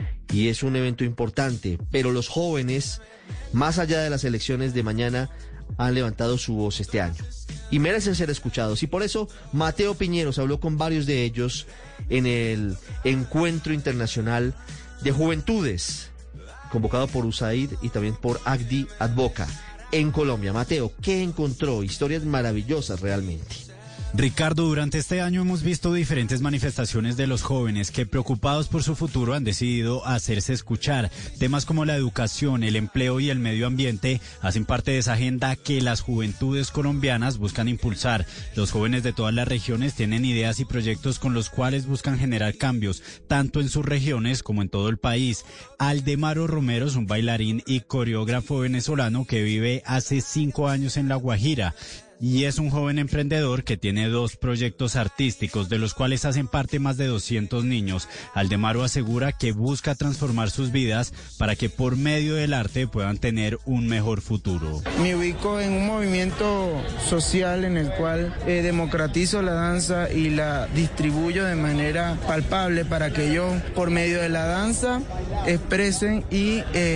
Y es un evento importante, pero los jóvenes, más allá de las elecciones de mañana, han levantado su voz este año y merecen ser escuchados. Y por eso Mateo Piñeros habló con varios de ellos en el Encuentro Internacional de Juventudes, convocado por USAID y también por ACDI Advoca en Colombia. Mateo, ¿qué encontró? Historias maravillosas realmente. Ricardo, durante este año hemos visto diferentes manifestaciones de los jóvenes que, preocupados por su futuro, han decidido hacerse escuchar. Temas como la educación, el empleo y el medio ambiente hacen parte de esa agenda que las juventudes colombianas buscan impulsar. Los jóvenes de todas las regiones tienen ideas y proyectos con los cuales buscan generar cambios, tanto en sus regiones como en todo el país. Aldemaro Romero es un bailarín y coreógrafo venezolano que vive hace 5 años en La Guajira. Y es un joven emprendedor que tiene 2 proyectos artísticos, de los cuales hacen parte más de 200 niños. Aldemaro asegura que busca transformar sus vidas para que por medio del arte puedan tener un mejor futuro. Me ubico en un movimiento social en el cual democratizo la danza y la distribuyo de manera palpable para que ellos, por medio de la danza, expresen y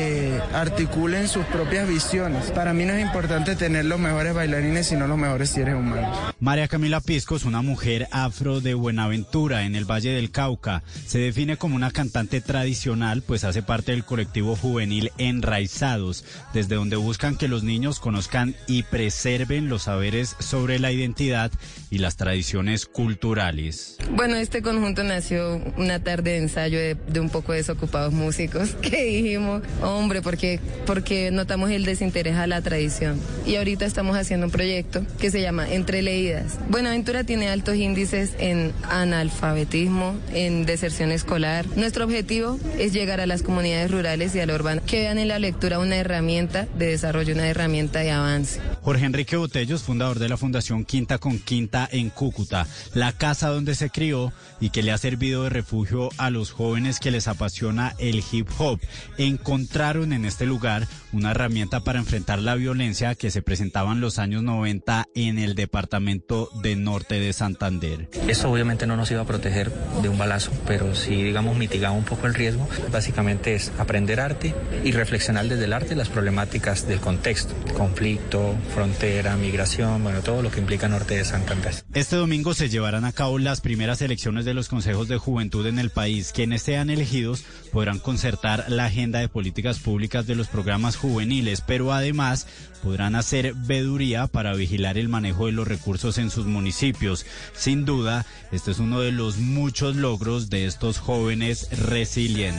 articulen sus propias visiones. Para mí no es importante tener los mejores bailarines, sino los mejores seres humanos. María Camila Pisco es una mujer afro de Buenaventura, en el Valle del Cauca. Se define como una cantante tradicional, pues hace parte del colectivo juvenil Enraizados, desde donde buscan que los niños conozcan y preserven los saberes sobre la identidad y las tradiciones culturales. Bueno, este conjunto nació una tarde de ensayo de un poco desocupados músicos que dijimos, hombre, porque notamos el desinterés a la tradición. Y ahorita estamos haciendo un proyecto que se llama Entre Leídas. Buenaventura tiene altos índices en analfabetismo, en deserción escolar. Nuestro objetivo es llegar a las comunidades rurales y a la urbana, que vean en la lectura una herramienta de desarrollo, una herramienta de avance. Jorge Enrique Botellos, fundador de la Fundación Quinta con Quinta en Cúcuta, la casa donde se crió y que le ha servido de refugio a los jóvenes que les apasiona el hip hop, encontraron en este lugar una herramienta para enfrentar la violencia que se presentaba en los años 90 en el departamento de Norte de Santander. Esto obviamente no nos iba a proteger de un balazo, pero sí, digamos, mitigaba un poco el riesgo. Básicamente es aprender arte y reflexionar desde el arte las problemáticas del contexto, conflicto, frontera, migración, bueno, todo lo que implica Norte de Santander. Este domingo se llevarán a cabo las primeras elecciones de los consejos de juventud en el país. Quienes sean elegidos podrán concertar la agenda de políticas públicas de los programas juveniles, pero además podrán hacer veeduría para vigilar el manejo de los recursos en sus municipios. Sin duda, este es uno de los muchos logros de estos jóvenes resilientes.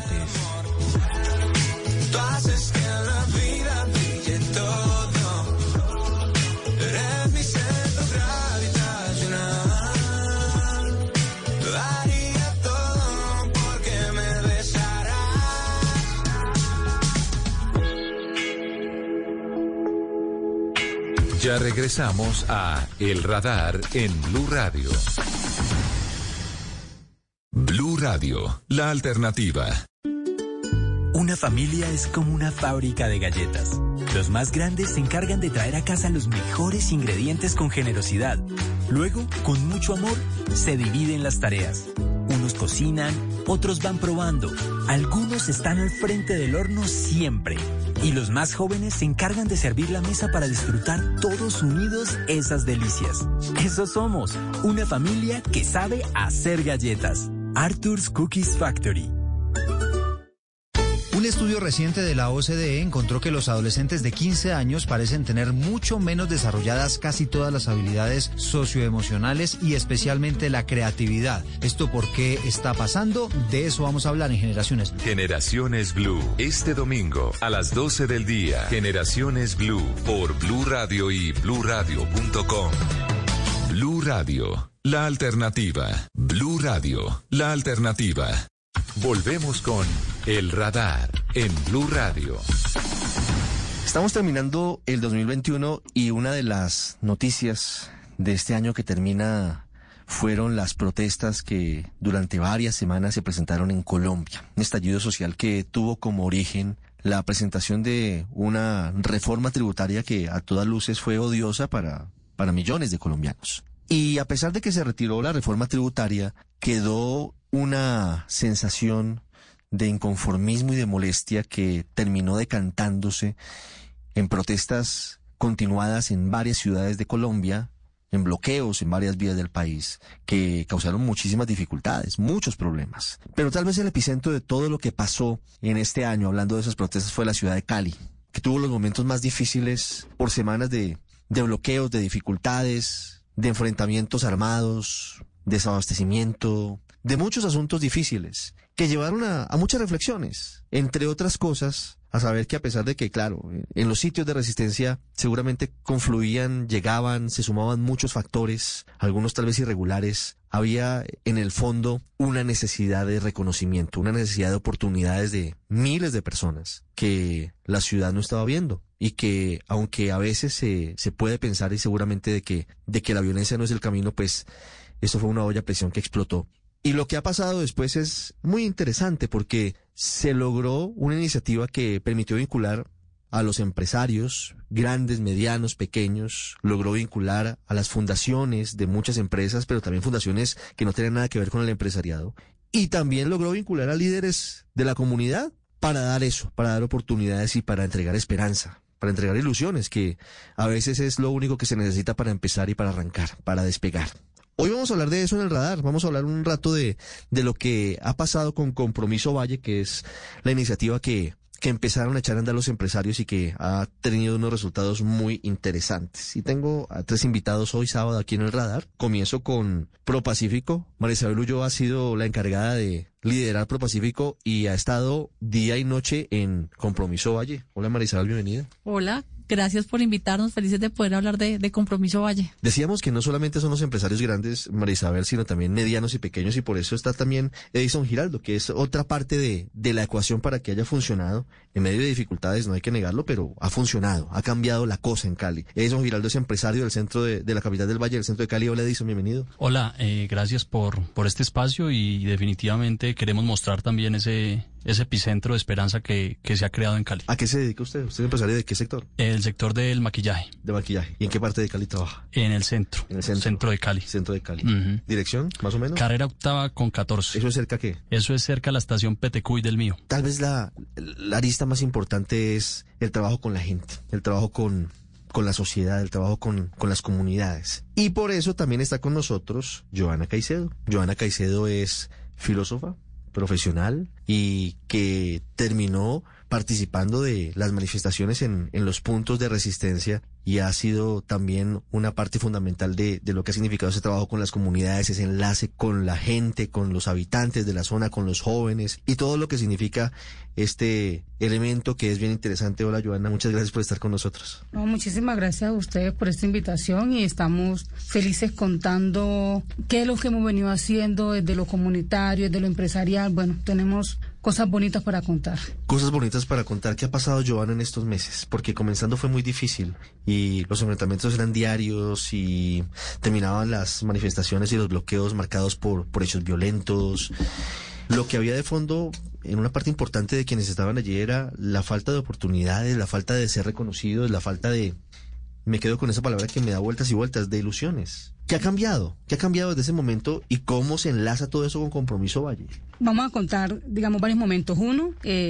Tú haces que la vida brille todo. Eres mi centro gravitacional. Daría todo porque me besarás. Ya regresamos a El Radar en Blue Radio. Blue Radio, la alternativa. Una familia es como una fábrica de galletas. Los más grandes se encargan de traer a casa los mejores ingredientes con generosidad. Luego, con mucho amor, se dividen las tareas. Unos cocinan, otros van probando. Algunos están al frente del horno siempre. Y los más jóvenes se encargan de servir la mesa para disfrutar todos unidos esas delicias. Eso somos, una familia que sabe hacer galletas. Arthur's Cookies Factory. Un estudio reciente de la OCDE encontró que los adolescentes de 15 años parecen tener mucho menos desarrolladas casi todas las habilidades socioemocionales y especialmente la creatividad. ¿Esto por qué está pasando? De eso vamos a hablar en Generaciones Blue. Generaciones Blue, este domingo a las 12 del día. Generaciones Blue por Blue Radio y bluradio.com. Blue Radio, la alternativa. Blue Radio, la alternativa. Volvemos con El Radar en Blue Radio. Estamos terminando el 2021 y una de las noticias de este año que termina fueron las protestas que durante varias semanas se presentaron en Colombia. Un estallido social que tuvo como origen la presentación de una reforma tributaria que a todas luces fue odiosa para millones de colombianos. Y a pesar de que se retiró la reforma tributaria, quedó una sensación de inconformismo y de molestia que terminó decantándose en protestas continuadas en varias ciudades de Colombia, en bloqueos en varias vías del país, que causaron muchísimas dificultades, muchos problemas. Pero tal vez el epicentro de todo lo que pasó en este año, hablando de esas protestas, fue la ciudad de Cali, que tuvo los momentos más difíciles por semanas de bloqueos, de dificultades, de enfrentamientos armados, desabastecimiento, de muchos asuntos difíciles que llevaron a muchas reflexiones, entre otras cosas, a saber que a pesar de que, claro, en los sitios de resistencia seguramente confluían, llegaban, se sumaban muchos factores, algunos tal vez irregulares, había en el fondo una necesidad de reconocimiento, una necesidad de oportunidades de miles de personas que la ciudad no estaba viendo. Y que, aunque a veces se puede pensar y seguramente de que la violencia no es el camino, pues eso fue una olla a presión que explotó. Y lo que ha pasado después es muy interesante porque se logró una iniciativa que permitió vincular a los empresarios, grandes, medianos, pequeños, logró vincular a las fundaciones de muchas empresas, pero también fundaciones que no tenían nada que ver con el empresariado. Y también logró vincular a líderes de la comunidad para dar eso, para dar oportunidades y para entregar esperanza, para entregar ilusiones, que a veces es lo único que se necesita para empezar y para arrancar, para despegar. Hoy vamos a hablar de eso en el radar, vamos a hablar un rato de lo que ha pasado con Compromiso Valle, que es la iniciativa que empezaron a echar a andar los empresarios y que ha tenido unos resultados muy interesantes. Y tengo a 3 invitados hoy sábado aquí en el radar. Comienzo con ProPacífico. María Isabel Ulloa ha sido la encargada de liderar ProPacífico y ha estado día y noche en Compromiso Valle. Hola María Isabel, bienvenida. Hola, gracias por invitarnos, felices de poder hablar de Compromiso Valle. Decíamos que no solamente son los empresarios grandes, María Isabel, sino también medianos y pequeños, y por eso está también Edison Giraldo, que es otra parte de la ecuación para que haya funcionado. En medio de dificultades, no hay que negarlo, pero ha funcionado, ha cambiado la cosa en Cali. Edison Giraldo es empresario del centro de la capital del Valle, del centro de Cali. Hola, Edison, bienvenido. Hola, gracias por este espacio, y definitivamente queremos mostrar también ese epicentro de esperanza que se ha creado en Cali. ¿A qué se dedica usted? ¿Usted es empresario de qué sector? El sector del maquillaje. De maquillaje. ¿Y en qué parte de Cali trabaja? En el centro. En el centro de Cali. Centro de Cali. Uh-huh. ¿Dirección, más o menos? Carrera octava con 14. ¿Eso es cerca a qué? Eso es cerca a la estación Petecuy del Mío. Tal vez la arista más importante es el trabajo con la gente, el trabajo con la sociedad, el trabajo con las comunidades. Y por eso también está con nosotros Joana Caicedo. Joana Caicedo es filósofa, profesional, y que terminó participando de las manifestaciones en los puntos de resistencia, y ha sido también una parte fundamental de lo que ha significado ese trabajo con las comunidades, ese enlace con la gente, con los habitantes de la zona, con los jóvenes, y todo lo que significa este elemento que es bien interesante. Hola, Joana, muchas gracias por estar con nosotros. No, muchísimas gracias a ustedes por esta invitación, y estamos felices contando qué es lo que hemos venido haciendo desde lo comunitario, desde lo empresarial. Bueno, tenemos cosas bonitas para contar. Cosas bonitas para contar. ¿Qué ha pasado, Joana, en estos meses? Porque comenzando fue muy difícil y los enfrentamientos eran diarios y terminaban las manifestaciones y los bloqueos marcados por hechos violentos. Lo que había de fondo en una parte importante de quienes estaban allí era la falta de oportunidades, la falta de ser reconocidos, la falta de... Me quedo con esa palabra que me da vueltas y vueltas, de ilusiones. ¿Qué ha cambiado? ¿Qué ha cambiado desde ese momento y cómo se enlaza todo eso con Compromiso Valle? Vamos a contar, digamos, varios momentos. Uno,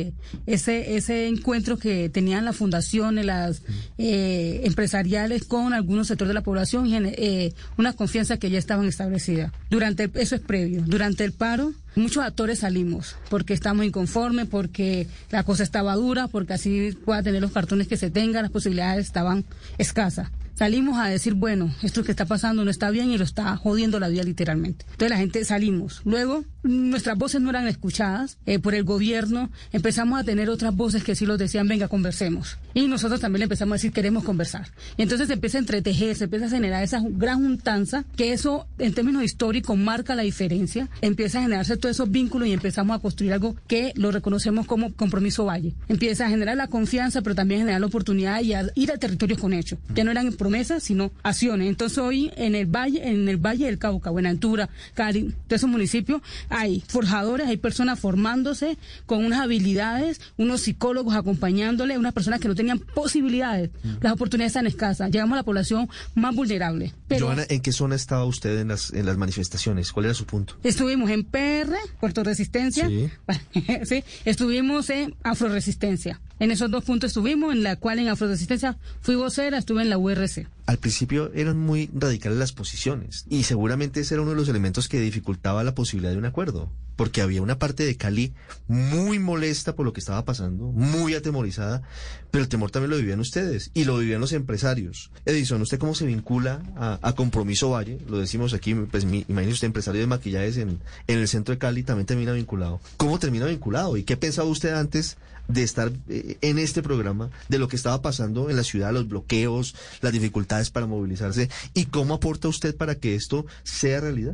ese encuentro que tenían las fundaciones, las empresariales con algunos sectores de la población, y una confianza que ya estaban establecidas. Eso es previo. Durante el paro, muchos actores salimos porque estamos inconformes, porque la cosa estaba dura, porque así pueda tener los cartones que se tengan, las posibilidades estaban escasas. Salimos a decir, bueno, esto que está pasando no está bien y lo está jodiendo la vida literalmente. Entonces la gente salimos. Luego, nuestras voces no eran escuchadas por el gobierno. Empezamos a tener otras voces que sí los decían, venga, conversemos. Y nosotros también le empezamos a decir, queremos conversar. Y entonces se empieza a entretejer, se empieza a generar esa gran juntanza, que eso, en términos históricos, marca la diferencia. Empieza a generarse todos esos vínculos y empezamos a construir algo que lo reconocemos como Compromiso Valle. Empieza a generar la confianza, pero también a generar la oportunidad y a ir a territorios con hechos. Ya no eran promesas, sino acciones. Entonces hoy en el Valle del Cauca, Buenaventura, Cali, todos esos municipios, hay forjadores, hay personas formándose con unas habilidades, unos psicólogos acompañándole, unas personas que no tenían posibilidades. Las oportunidades están escasas. Llegamos a la población más vulnerable. Pero, Joana, ¿en qué zona estaba usted en las manifestaciones? ¿Cuál era su punto? Estuvimos en PR, Puerto Resistencia. Sí. Sí. Estuvimos en Afroresistencia. En esos dos puntos estuvimos, en la cual en Afroresistencia fui vocera, estuve en la URC. Al principio eran muy radicales las posiciones y seguramente ese era uno de los elementos que dificultaba la posibilidad de un acuerdo, porque había una parte de Cali muy molesta por lo que estaba pasando, muy atemorizada, pero el temor también lo vivían ustedes y lo vivían los empresarios. Edison, ¿usted cómo se vincula a Compromiso Valle? Lo decimos aquí, pues imagínese usted, empresario de maquillajes en el centro de Cali, también termina vinculado. ¿Cómo termina vinculado? ¿Y qué pensaba usted antes de estar en este programa, de lo que estaba pasando en la ciudad, los bloqueos, las dificultades para movilizarse, y cómo aporta usted para que esto sea realidad?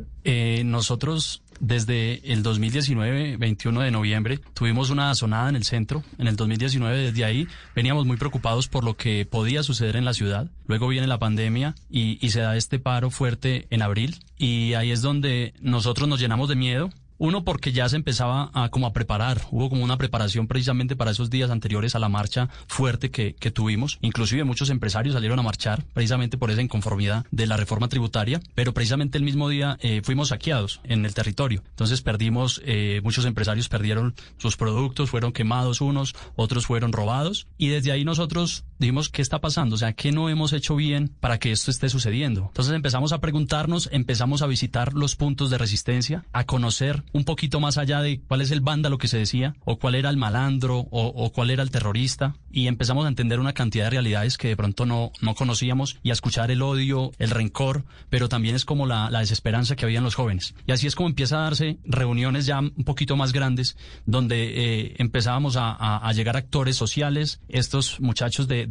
Nosotros desde el 2019, 21 de noviembre, tuvimos una azonada en el centro. En el 2019, desde ahí, veníamos muy preocupados por lo que podía suceder en la ciudad. Luego viene la pandemia y se da este paro fuerte en abril, y ahí es donde nosotros nos llenamos de miedo. Uno, porque ya se empezaba a preparar, hubo como una preparación precisamente para esos días anteriores a la marcha fuerte que tuvimos. Inclusive muchos empresarios salieron a marchar precisamente por esa inconformidad de la reforma tributaria, pero precisamente el mismo día fuimos saqueados en el territorio. Entonces perdimos, muchos empresarios perdieron sus productos, fueron quemados unos, otros fueron robados, y desde ahí nosotros dijimos, ¿qué está pasando? O sea, ¿qué no hemos hecho bien para que esto esté sucediendo? Entonces empezamos a preguntarnos, empezamos a visitar los puntos de resistencia, a conocer un poquito más allá de cuál es el vándalo que se decía, o cuál era el malandro, o cuál era el terrorista, y empezamos a entender una cantidad de realidades que de pronto no conocíamos, y a escuchar el odio, el rencor, pero también es como la desesperanza que había en los jóvenes. Y así es como empieza a darse reuniones ya un poquito más grandes, donde empezábamos a llegar actores sociales, estos muchachos de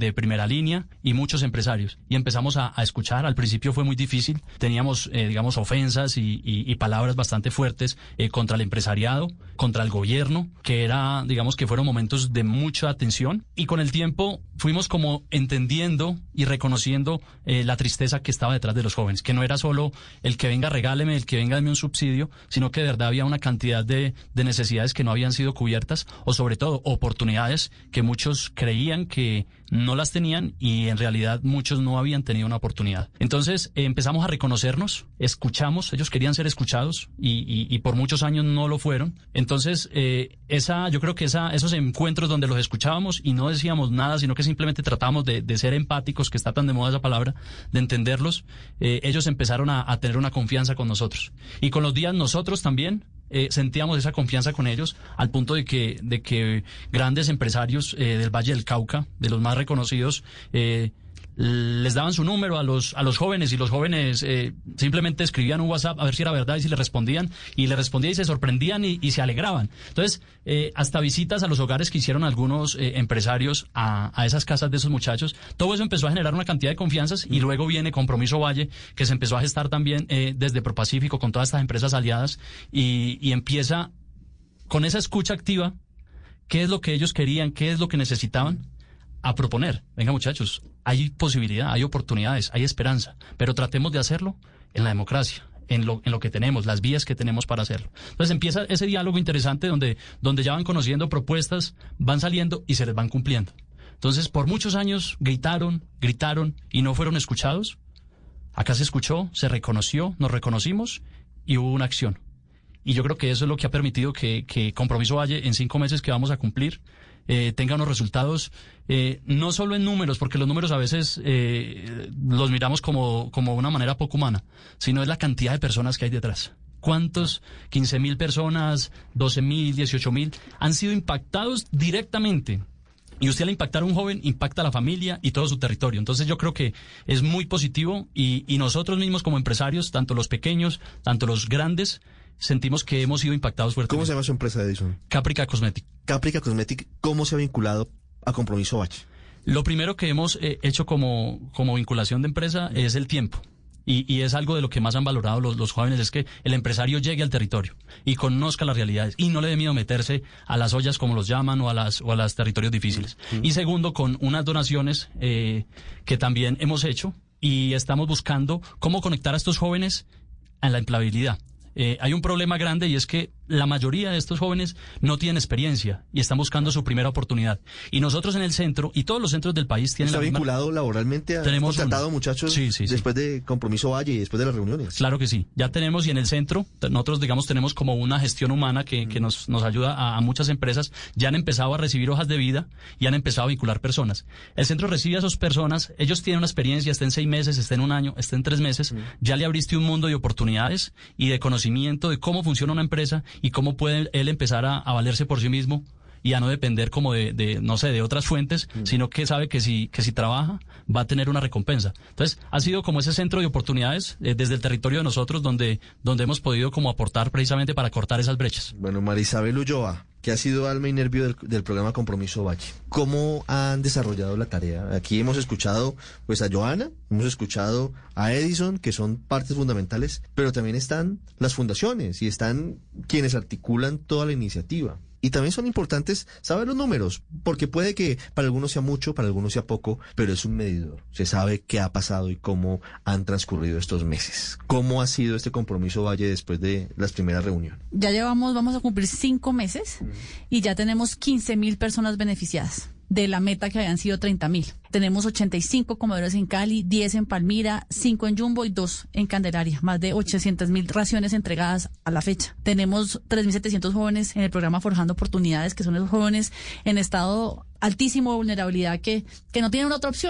de primera línea y muchos empresarios. Y empezamos a escuchar. Al principio fue muy difícil. Teníamos, digamos, ofensas y palabras bastante fuertes contra el empresariado, contra el gobierno, que era, digamos, que fueron momentos de mucha atención. Y con el tiempo fuimos como entendiendo y reconociendo la tristeza que estaba detrás de los jóvenes, que no era solo el que venga regáleme, el que venga deme un subsidio, sino que de verdad había una cantidad de necesidades que no habían sido cubiertas, o sobre todo oportunidades que muchos creían que no las tenían y en realidad muchos no habían tenido una oportunidad. Entonces empezamos a reconocernos, escuchamos, ellos querían ser escuchados y por muchos años no lo fueron. Entonces yo creo que esos encuentros donde los escuchábamos y no decíamos nada, sino que simplemente tratábamos de ser empáticos, que está tan de moda esa palabra, de entenderlos, ellos empezaron a tener una confianza con nosotros. Y con los días nosotros también sentíamos esa confianza con ellos, al punto de que grandes empresarios del Valle del Cauca, de los más reconocidos, les daban su número a los jóvenes, y los jóvenes simplemente escribían un WhatsApp a ver si era verdad y si le respondían y se sorprendían y se alegraban. Entonces, hasta visitas a los hogares que hicieron algunos empresarios a esas casas de esos muchachos. Todo eso empezó a generar una cantidad de confianzas, y luego viene Compromiso Valle, que se empezó a gestar también desde ProPacífico con todas estas empresas aliadas, y empieza con esa escucha activa, qué es lo que ellos querían, qué es lo que necesitaban, a proponer. Venga, muchachos, hay posibilidad, hay oportunidades, hay esperanza, pero tratemos de hacerlo en la democracia, en lo que tenemos, las vías que tenemos para hacerlo. Entonces empieza ese diálogo interesante donde ya van conociendo propuestas, van saliendo y se les van cumpliendo. Entonces, por muchos años gritaron y no fueron escuchados. Acá se escuchó, se reconoció, nos reconocimos y hubo una acción. Y yo creo que eso es lo que ha permitido que Compromiso Valle, en 5 meses que vamos a cumplir, tenga unos resultados, no solo en números, porque los números a veces los miramos como una manera poco humana, sino es la cantidad de personas que hay detrás. ¿Cuántos? 15.000 personas, 12.000, 18.000 han sido impactados directamente. Y usted al impactar a un joven, impacta a la familia y todo su territorio. Entonces yo creo que es muy positivo, y nosotros mismos como empresarios, tanto los pequeños, tanto los grandes, sentimos que hemos sido impactados fuertemente. ¿Cómo se llama su empresa, Edison? Caprica Cosmetic. Caprica Cosmetic, ¿cómo se ha vinculado a Compromiso Valle? Lo primero que hemos hecho como vinculación de empresa es el tiempo. Y es algo de lo que más han valorado los jóvenes, es que el empresario llegue al territorio y conozca las realidades y no le dé miedo meterse a las ollas, como los llaman, o a los territorios difíciles. Y segundo, con unas donaciones que también hemos hecho, y estamos buscando cómo conectar a estos jóvenes a la empleabilidad. Hay un problema grande, y es que la mayoría de estos jóvenes no tienen experiencia y están buscando su primera oportunidad. Y nosotros en el centro, y todos los centros del país tienen... ¿Está vinculado laboralmente? ¿Tenemos contratado muchachos después de Compromiso Valle y después de las reuniones? Claro que sí. Ya tenemos, y en el centro, nosotros, digamos, tenemos como una gestión humana que nos ayuda a muchas empresas. Ya han empezado a recibir hojas de vida y han empezado a vincular personas. El centro recibe a esas personas, ellos tienen una experiencia, estén 6 meses, estén 1 año, estén 3 meses. Ya le abriste un mundo de oportunidades y de conocimiento de cómo funciona una empresa y cómo puede él empezar a valerse por sí mismo y a no depender como de otras fuentes, sino que sabe que si trabaja va a tener una recompensa. Entonces, ha sido como ese centro de oportunidades desde el territorio de nosotros donde hemos podido como aportar precisamente para cortar esas brechas. Bueno, Marisabel Ulloa, que ha sido alma y nervio del programa Compromiso Valle, ¿cómo han desarrollado la tarea? Aquí hemos escuchado pues a Joana, hemos escuchado a Edison, que son partes fundamentales, pero también están las fundaciones y están quienes articulan toda la iniciativa. Y también son importantes saber los números, porque puede que para algunos sea mucho, para algunos sea poco, pero es un medidor. Se sabe qué ha pasado y cómo han transcurrido estos meses. ¿Cómo ha sido este Compromiso Valle después de las primeras reuniones? Ya vamos a cumplir 5 meses y ya tenemos 15.000 personas beneficiadas de la meta que habían sido 30.000. Tenemos 85 comedores en Cali, 10 en Palmira, 5 en Jumbo y 2 en Candelaria. Más de 800.000 raciones entregadas a la fecha. Tenemos 3.700 jóvenes en el programa Forjando Oportunidades, que son esos jóvenes en estado altísimo de vulnerabilidad que no tienen otra opción.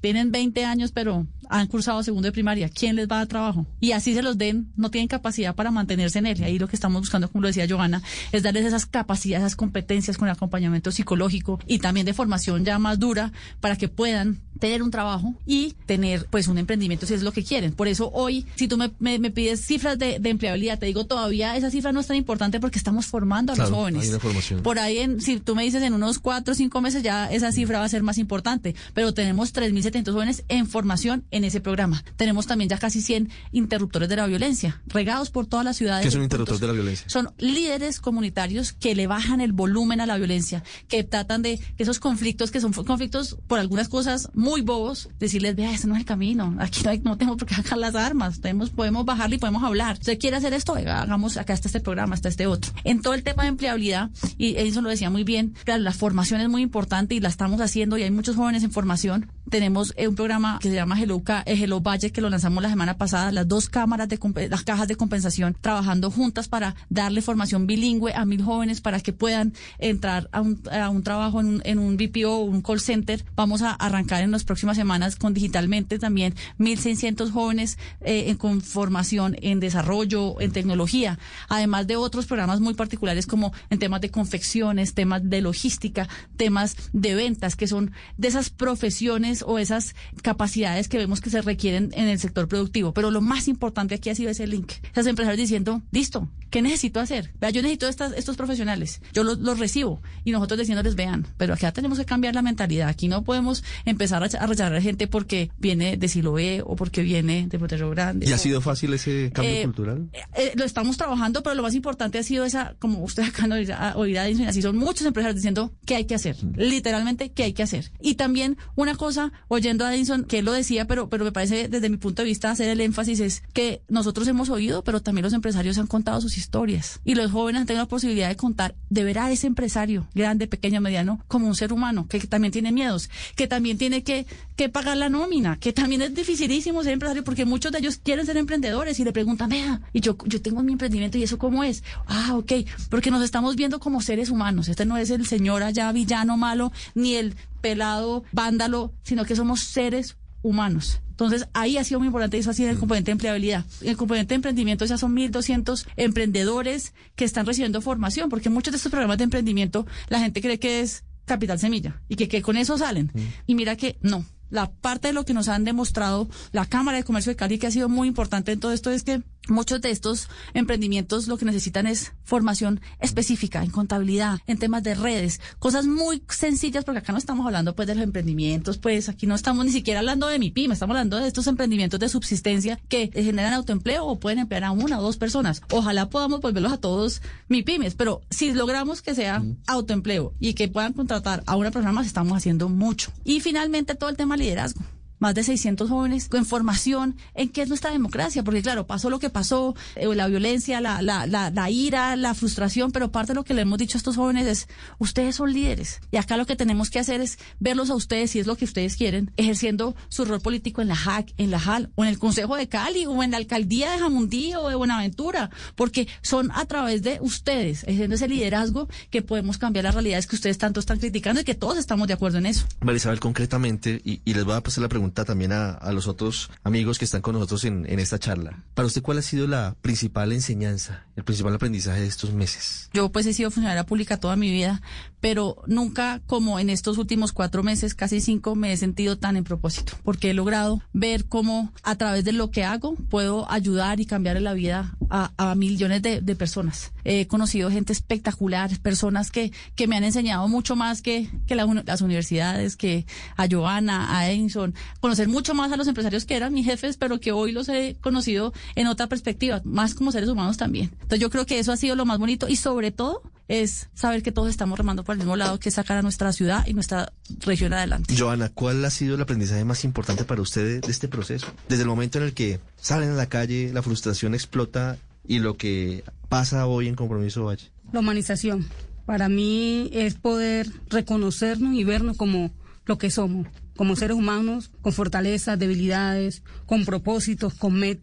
tienen 20 años, pero han cursado segundo de primaria. ¿Quién les va a dar trabajo? Y así se los den, no tienen capacidad para mantenerse en él. Y ahí lo que estamos buscando, como lo decía Johanna, es darles esas capacidades, esas competencias con acompañamiento psicológico y también de formación ya más dura para que puedan tener un trabajo y tener pues un emprendimiento si es lo que quieren. Por eso hoy, si tú me pides cifras de empleabilidad, te digo, todavía esa cifra no es tan importante porque estamos formando a los jóvenes. Hay una formación. Por ahí, si tú me dices en unos 4 o 5 meses, ya esa cifra va a ser más importante. Pero tenemos 3.700 jóvenes en formación en ese programa. Tenemos también ya casi 100 interruptores de la violencia, regados por todas las ciudades. ¿Qué es un interruptor de la violencia? Son líderes comunitarios que le bajan el volumen a la violencia, que tratan de que esos conflictos, que son conflictos por algunas cosas muy bobos, decirles, vea, ese no es el camino, aquí no tenemos por qué sacar las armas, podemos bajarle y podemos hablar. ¿Usted quiere hacer esto? Oiga, hagamos, acá está este programa, está este otro. En todo el tema de empleabilidad, y eso lo decía muy bien, claro, la formación es muy importante y la estamos haciendo y hay muchos jóvenes en formación. Tenemos un programa que se llama Hello Valle, que lo lanzamos la semana pasada, las 2 cámaras las cajas de compensación trabajando juntas para darle formación bilingüe a 1.000 jóvenes para que puedan entrar a un trabajo en un BPO o un call center. Vamos a arrancar en las próximas semanas con digitalmente también 1.600 jóvenes con formación en desarrollo, en tecnología, además de otros programas muy particulares como en temas de confecciones, temas de logística, temas de ventas, que son de esas profesiones o esas capacidades que vemos que se requieren en el sector productivo. Pero lo más importante aquí ha sido ese link. Esas empresarios diciendo, listo, ¿qué necesito hacer? Vea, yo necesito estos profesionales, yo los recibo, y nosotros diciéndoles, vean, pero acá tenemos que cambiar la mentalidad, aquí no podemos empezar a rechazar a gente porque viene de Siloé o porque viene de Puerto Grande. ¿Y ha sido fácil ese cambio cultural? Lo estamos trabajando, pero lo más importante ha sido esa, como usted acá no oirá, así son muchos empresarios diciendo qué hay que hacer, literalmente qué hay que hacer. Y también una cosa, oyendo a Edison, que él lo decía, pero me parece desde mi punto de vista hacer el énfasis es que nosotros hemos oído, pero también los empresarios han contado sus historias y los jóvenes han tenido la posibilidad de contar, de ver a ese empresario, grande, pequeño, mediano, como un ser humano, que también tiene miedos, que también tiene que pagar la nómina, que también es dificilísimo ser empresario porque muchos de ellos quieren ser emprendedores y le preguntan, vea, y yo tengo mi emprendimiento y eso cómo es. Ah, ok, porque nos estamos viendo como seres humanos. Este no es el señor allá villano malo, ni el pelado vándalo, sino que somos seres humanos. Entonces, ahí ha sido muy importante, eso ha sido el componente de empleabilidad. El componente de emprendimiento ya son 1.200 emprendedores que están recibiendo formación, porque muchos de estos programas de emprendimiento la gente cree que es capital semilla y que con eso salen. Y mira que no. La parte de lo que nos han demostrado la Cámara de Comercio de Cali, que ha sido muy importante en todo esto, es que muchos de estos emprendimientos lo que necesitan es formación específica en contabilidad, en temas de redes, cosas muy sencillas, porque acá no estamos hablando pues de los emprendimientos, pues aquí no estamos ni siquiera hablando de MIPYME, estamos hablando de estos emprendimientos de subsistencia que generan autoempleo o pueden emplear a 1 o 2 personas. Ojalá podamos volverlos a todos MIPYMES, pero si logramos que sea autoempleo y que puedan contratar a una persona más, estamos haciendo mucho. Y finalmente todo el tema liderazgo. Más de 600 jóvenes con formación en qué es nuestra democracia, porque claro, pasó lo que pasó, la violencia, la ira, la frustración, pero parte de lo que le hemos dicho a estos jóvenes es, ustedes son líderes, y acá lo que tenemos que hacer es verlos a ustedes, si es lo que ustedes quieren, ejerciendo su rol político en la JAC, en la JAL, o en el Consejo de Cali, o en la Alcaldía de Jamundí, o de Buenaventura, porque son a través de ustedes, ejerciendo ese liderazgo, que podemos cambiar las realidades que ustedes tanto están criticando y que todos estamos de acuerdo en eso. María Isabel, concretamente, y les voy a pasar la pregunta también a los otros amigos que están con nosotros en esta charla. Para usted, ¿cuál ha sido la principal enseñanza, el principal aprendizaje de estos meses? Yo pues he sido funcionaria pública toda mi vida, pero nunca como en estos últimos 4 meses, casi 5, me he sentido tan en propósito, porque he logrado ver cómo a través de lo que hago puedo ayudar y cambiar la vida a millones de personas. He conocido gente espectacular, personas que me han enseñado mucho más que las universidades, que a Johanna, a Edison, conocer mucho más a los empresarios que eran mis jefes, pero que hoy los he conocido en otra perspectiva, más como seres humanos también. Entonces yo creo que eso ha sido lo más bonito y sobre todo es saber que todos estamos remando por el mismo lado, que es sacar a nuestra ciudad y nuestra región adelante. Johanna, ¿cuál ha sido el aprendizaje más importante para usted de este proceso? Desde el momento en el que salen a la calle, la frustración explota y lo que pasa hoy en Compromiso Valle. La humanización. Para mí es poder reconocernos y vernos como lo que somos, como seres humanos, con fortalezas, debilidades, con propósitos, con metas,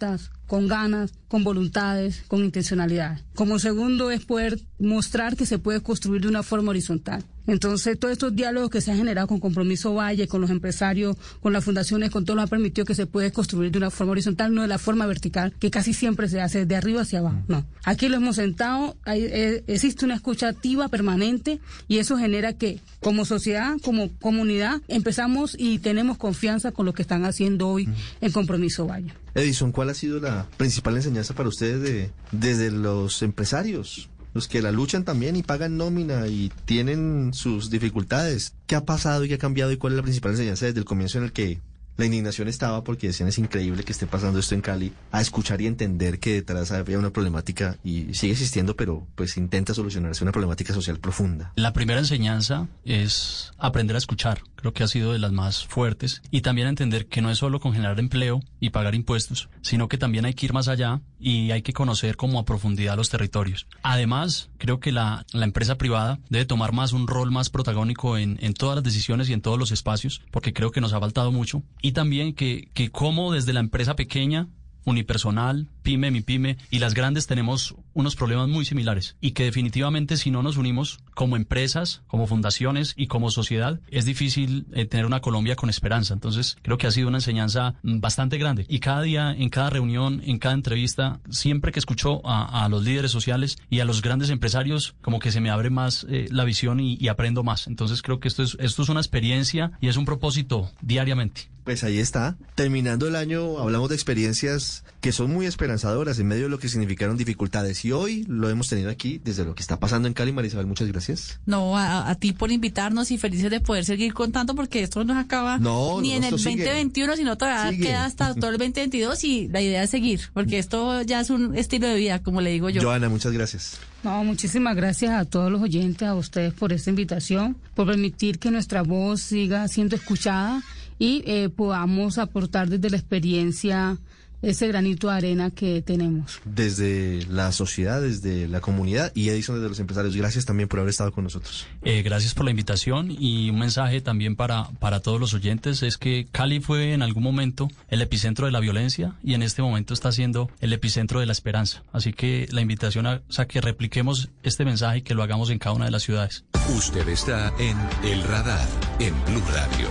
con ganas, con voluntades, con intencionalidad. Como segundo es poder mostrar que se puede construir de una forma horizontal. Entonces, todos estos diálogos que se han generado con Compromiso Valle, con los empresarios, con las fundaciones, con todo, nos ha permitido que se puede construir de una forma horizontal, no de la forma vertical, que casi siempre se hace de arriba hacia abajo. No. Aquí lo hemos sentado, existe una escucha activa permanente y eso genera que, como sociedad, como comunidad, empezamos y tenemos confianza con lo que están haciendo hoy en Compromiso Valle. Edison, ¿cuál ha sido la principal enseñanza para ustedes desde los empresarios? Los que la luchan también y pagan nómina y tienen sus dificultades. ¿Qué ha pasado y qué ha cambiado y cuál es la principal enseñanza desde el comienzo en el que la indignación estaba porque decían es increíble que esté pasando esto en Cali, a escuchar y entender que detrás había una problemática y sigue existiendo, pero pues intenta solucionarse una problemática social profunda? La primera enseñanza es aprender a escuchar. Creo que ha sido de las más fuertes y también entender que no es solo con generar empleo y pagar impuestos, sino que también hay que ir más allá y hay que conocer como a profundidad los territorios. Además, creo que la empresa privada debe tomar más un rol más protagónico en todas las decisiones y en todos los espacios, porque creo que nos ha faltado mucho. Y también que como desde la empresa pequeña, unipersonal, pyme, mi pyme y las grandes tenemos unos problemas muy similares y que definitivamente si no nos unimos como empresas, como fundaciones y como sociedad es difícil tener una Colombia con esperanza. Entonces creo que ha sido una enseñanza bastante grande y cada día, en cada reunión, en cada entrevista, siempre que escucho a los líderes sociales y a los grandes empresarios, como que se me abre más la visión y aprendo más. Entonces creo que esto es una experiencia y es un propósito diariamente. Pues ahí está. Terminando el año, hablamos de experiencias que son muy esperanzadoras en medio de lo que significaron dificultades. Y hoy lo hemos tenido aquí desde lo que está pasando en Cali. Marisabel, muchas gracias. No, a ti por invitarnos y felices de poder seguir contando porque esto no se acaba ni en el 2021, sino todavía queda hasta todo el 2022 y la idea es seguir, porque esto ya es un estilo de vida, como le digo yo. Joana, muchas gracias. No, muchísimas gracias a todos los oyentes, a ustedes por esta invitación, por permitir que nuestra voz siga siendo escuchada y podamos aportar desde la experiencia ese granito de arena que tenemos. Desde la sociedad, desde la comunidad y Edison desde los empresarios. Gracias también por haber estado con nosotros. Gracias por la invitación y un mensaje también para todos los oyentes es que Cali fue en algún momento el epicentro de la violencia y en este momento está siendo el epicentro de la esperanza. Así que la invitación a que repliquemos este mensaje y que lo hagamos en cada una de las ciudades. Usted está en El Radar, en Blue Radio.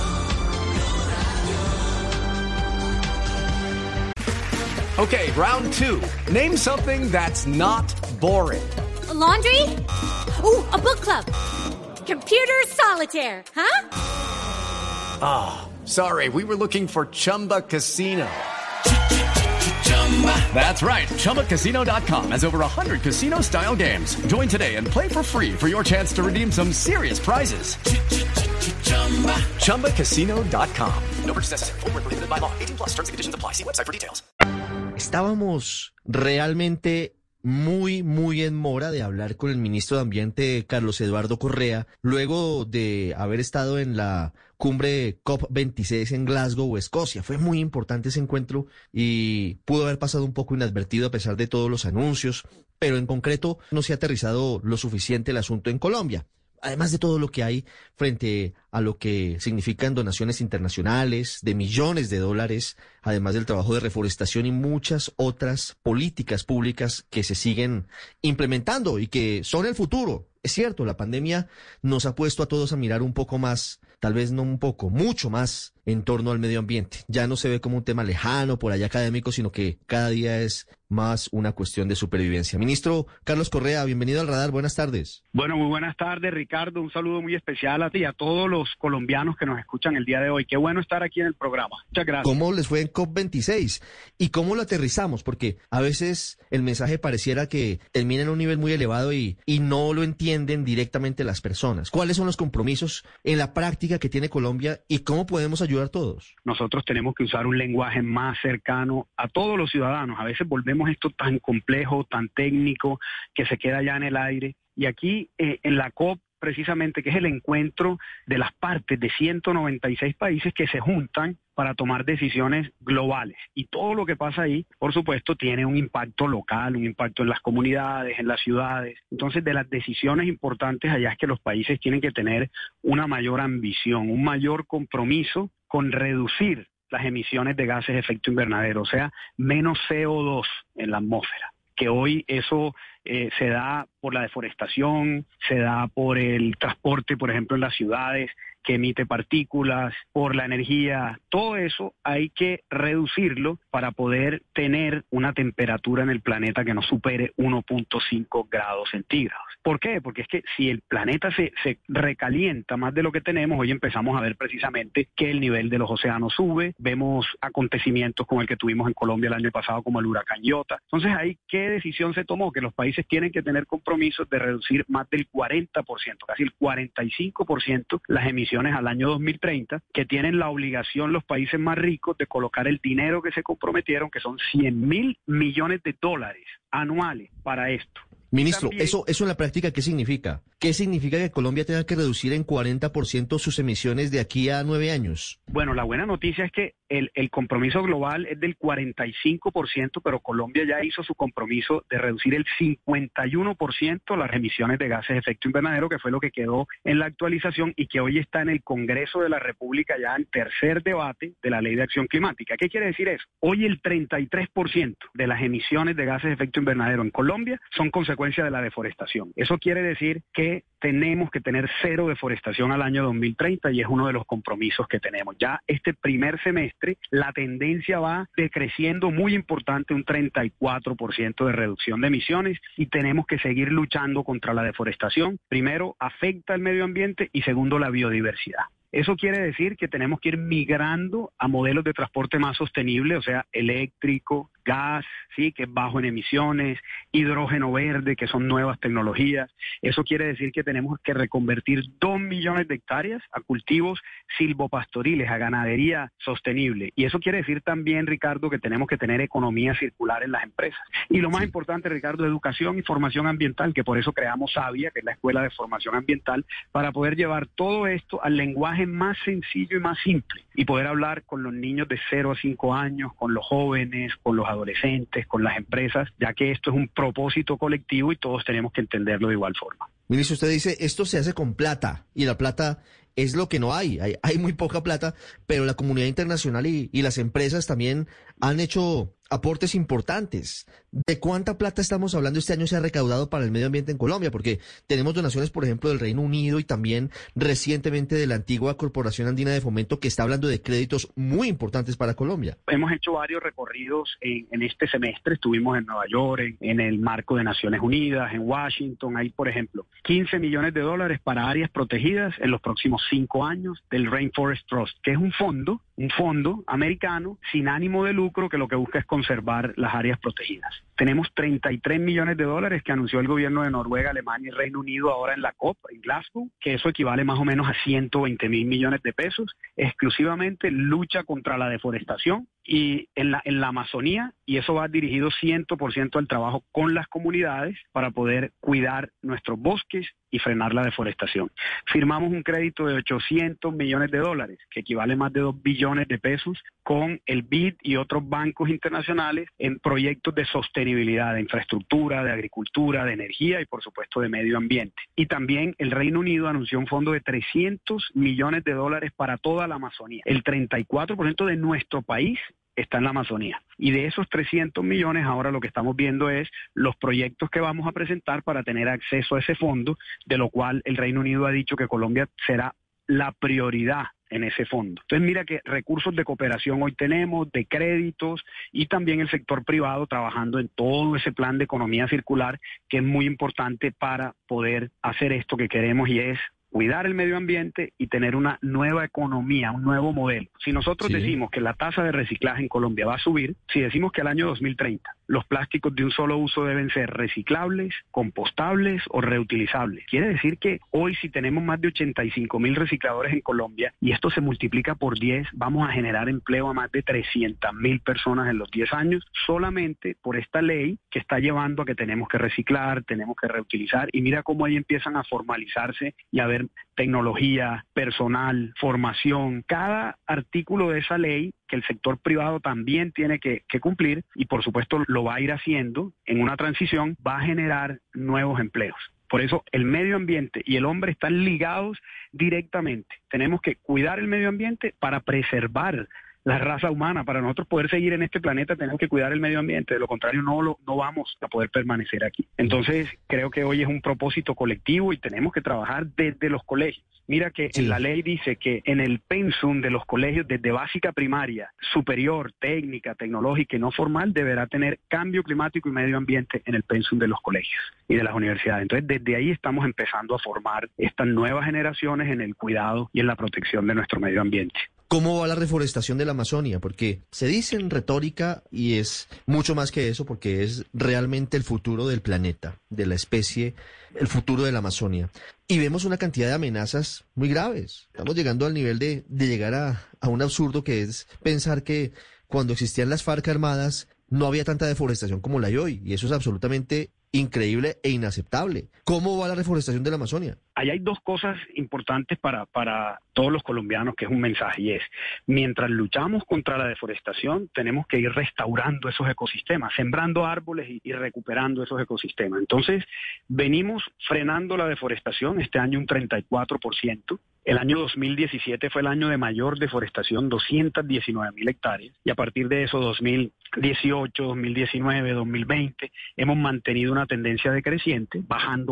Okay, round two. Name something that's not boring. A laundry? Ooh, a book club. Computer solitaire, huh? Ah, sorry, we were looking for Chumba Casino. That's right, ChumbaCasino.com has over 100 casino-style games. Join today and play for free for your chance to redeem some serious prizes. ChumbaCasino.com. No purchase necessary. Void where prohibited by law. 18+. Terms and conditions apply. See website for details. Estábamos realmente muy en mora de hablar con el ministro de Ambiente, Carlos Eduardo Correa, luego de haber estado en la cumbre COP26 en Glasgow, Escocia. Fue muy importante ese encuentro y pudo haber pasado un poco inadvertido a pesar de todos los anuncios, pero en concreto no se ha aterrizado lo suficiente el asunto en Colombia. Además de todo lo que hay frente a lo que significan donaciones internacionales de millones de dólares, además del trabajo de reforestación y muchas otras políticas públicas que se siguen implementando y que son el futuro. Es cierto, la pandemia nos ha puesto a todos a mirar un poco más, tal vez no un poco, mucho más en torno al medio ambiente. Ya no se ve como un tema lejano, por allá académico, sino que cada día es más una cuestión de supervivencia. Ministro Carlos Correa, bienvenido al Radar, buenas tardes. Bueno, muy buenas tardes, Ricardo, un saludo muy especial a ti y a todos los colombianos que nos escuchan el día de hoy. Qué bueno estar aquí en el programa. Muchas gracias. ¿Cómo les fue en COP26? ¿Y cómo lo aterrizamos? Porque a veces el mensaje pareciera que termina en un nivel muy elevado y no lo entienden directamente las personas. ¿Cuáles son los compromisos en la práctica que tiene Colombia y cómo podemos ayudar todos? Nosotros tenemos que usar un lenguaje más cercano a todos los ciudadanos. A veces volvemos esto tan complejo, tan técnico, que se queda ya en el aire. Y aquí en la COP, precisamente, que es el encuentro de las partes de 196 países que se juntan para tomar decisiones globales. Y todo lo que pasa ahí, por supuesto, tiene un impacto local, un impacto en las comunidades, en las ciudades. Entonces, de las decisiones importantes allá es que los países tienen que tener una mayor ambición, un mayor compromiso con reducir las emisiones de gases de efecto invernadero, o sea, menos CO2 en la atmósfera, que hoy eso se da por la deforestación, se da por el transporte, por ejemplo, en las ciudades, que emite partículas, por la energía. Todo eso hay que reducirlo para poder tener una temperatura en el planeta que no supere 1.5 grados centígrados. ¿Por qué? Porque es que si el planeta se recalienta más de lo que tenemos, hoy empezamos a ver precisamente que el nivel de los océanos sube, vemos acontecimientos como el que tuvimos en Colombia el año pasado, como el huracán Iota. Entonces ahí, ¿qué decisión se tomó? Que los países tienen que tener compromisos de reducir más del 40%, casi el 45% las emisiones al año 2030, que tienen la obligación los países más ricos de colocar el dinero que se comprometieron, que son $100.000 millones anuales para esto. Ministro, También, eso en la práctica, ¿qué significa? ¿Qué significa que Colombia tenga que reducir en 40% sus emisiones de aquí a 9 años? Bueno, la buena noticia es que el compromiso global es del 45%, pero Colombia ya hizo su compromiso de reducir el 51% las emisiones de gases de efecto invernadero, que fue lo que quedó en la actualización y que hoy está en el Congreso de la República ya en tercer debate de la Ley de Acción Climática. ¿Qué quiere decir eso? Hoy el 33% de las emisiones de gases de efecto invernadero en Colombia son consecuencia de la deforestación. Eso quiere decir que tenemos que tener cero deforestación al año 2030 y es uno de los compromisos que tenemos. Ya este primer semestre la tendencia va decreciendo muy importante, un 34% de reducción de emisiones, y tenemos que seguir luchando contra la deforestación. Primero, afecta al medio ambiente y segundo, la biodiversidad. Eso quiere decir que tenemos que ir migrando a modelos de transporte más sostenible, o sea, eléctrico, gas, sí, que es bajo en emisiones, hidrógeno verde, que son nuevas tecnologías. Eso quiere decir que tenemos que reconvertir 2 millones de hectáreas a cultivos silvopastoriles, a ganadería sostenible. Y eso quiere decir también, Ricardo, que tenemos que tener economía circular en las empresas. Y lo más importante, Ricardo, educación y formación ambiental, que por eso creamos Savia, que es la Escuela de Formación Ambiental, para poder llevar todo esto al lenguaje más sencillo y más simple y poder hablar con los niños de 0 a 5 años, con los jóvenes, con los adolescentes, con las empresas, ya que esto es un propósito colectivo y todos tenemos que entenderlo de igual forma. Ministro, usted dice, esto se hace con plata y la plata es lo que no hay. Hay muy poca plata, pero la comunidad internacional y las empresas también han hecho aportes importantes. ¿De cuánta plata estamos hablando este año se ha recaudado para el medio ambiente en Colombia? Porque tenemos donaciones, por ejemplo, del Reino Unido y también recientemente de la antigua Corporación Andina de Fomento, que está hablando de créditos muy importantes para Colombia. Hemos hecho varios recorridos en este semestre. Estuvimos en Nueva York, en el marco de Naciones Unidas, en Washington. Hay, por ejemplo, $15 millones para áreas protegidas en los próximos 5 años del Rainforest Trust, que es un fondo americano sin ánimo de lucro que lo que busca es conservar las áreas protegidas. Tenemos $33 millones que anunció el gobierno de Noruega, Alemania y Reino Unido ahora en la COP, en Glasgow, que eso equivale más o menos a $120 mil millones, exclusivamente lucha contra la deforestación y en la Amazonía, y eso va dirigido 100% al trabajo con las comunidades para poder cuidar nuestros bosques y frenar la deforestación. Firmamos un crédito de $800 millones, que equivale a más de $2 billones, con el BID y otros bancos internacionales en proyectos de sostenibilidad, de infraestructura, de agricultura, de energía y por supuesto de medio ambiente. Y también el Reino Unido anunció un fondo de $300 millones para toda la Amazonía. El 34% de nuestro país está en la Amazonía. Y de esos 300 millones, ahora lo que estamos viendo es los proyectos que vamos a presentar para tener acceso a ese fondo, de lo cual el Reino Unido ha dicho que Colombia será la prioridad en ese fondo. Entonces mira que recursos de cooperación hoy tenemos, de créditos, y también el sector privado trabajando en todo ese plan de economía circular, que es muy importante para poder hacer esto que queremos, y es cuidar el medio ambiente y tener una nueva economía, un nuevo modelo. Si nosotros decimos que la tasa de reciclaje en Colombia va a subir, si decimos que al año 2030 los plásticos de un solo uso deben ser reciclables, compostables o reutilizables, quiere decir que hoy, si tenemos más de 85.000 recicladores en Colombia y esto se multiplica por 10, vamos a generar empleo a más de 300.000 personas en los 10 años, solamente por esta ley que está llevando a que tenemos que reciclar, tenemos que reutilizar, y mira cómo ahí empiezan a formalizarse y a haber tecnología, personal, formación, cada artículo de esa ley que el sector privado también tiene que cumplir, y por supuesto lo va a ir haciendo en una transición, va a generar nuevos empleos. Por eso el medio ambiente y el hombre están ligados directamente. Tenemos que cuidar el medio ambiente para preservar la raza humana. Para nosotros poder seguir en este planeta tenemos que cuidar el medio ambiente, de lo contrario no vamos a poder permanecer aquí. Entonces creo que hoy es un propósito colectivo y tenemos que trabajar desde los colegios. Mira que en la ley dice que en el pensum de los colegios, desde básica primaria, superior, técnica, tecnológica y no formal, deberá tener cambio climático y medio ambiente en el pensum de los colegios y de las universidades. Entonces, desde ahí estamos empezando a formar estas nuevas generaciones en el cuidado y en la protección de nuestro medio ambiente. ¿Cómo va la reforestación de la Amazonia? Porque se dice en retórica y es mucho más que eso, porque es realmente el futuro del planeta, de la especie, el futuro de la Amazonia. Y vemos una cantidad de amenazas muy graves. Estamos llegando al nivel de llegar a un absurdo que es pensar que cuando existían las FARC armadas no había tanta deforestación como la hay hoy. Y eso es absolutamente increíble e inaceptable. ¿Cómo va la reforestación de la Amazonia? Ahí hay dos cosas importantes para todos los colombianos, que es un mensaje, y es, mientras luchamos contra la deforestación, tenemos que ir restaurando esos ecosistemas, sembrando árboles y recuperando esos ecosistemas. Entonces, venimos frenando la deforestación, este año un 34%. El año 2017 fue el año de mayor deforestación, 219.000 hectáreas, y a partir de eso, 2018, 2019, 2020, hemos mantenido una tendencia decreciente, bajando,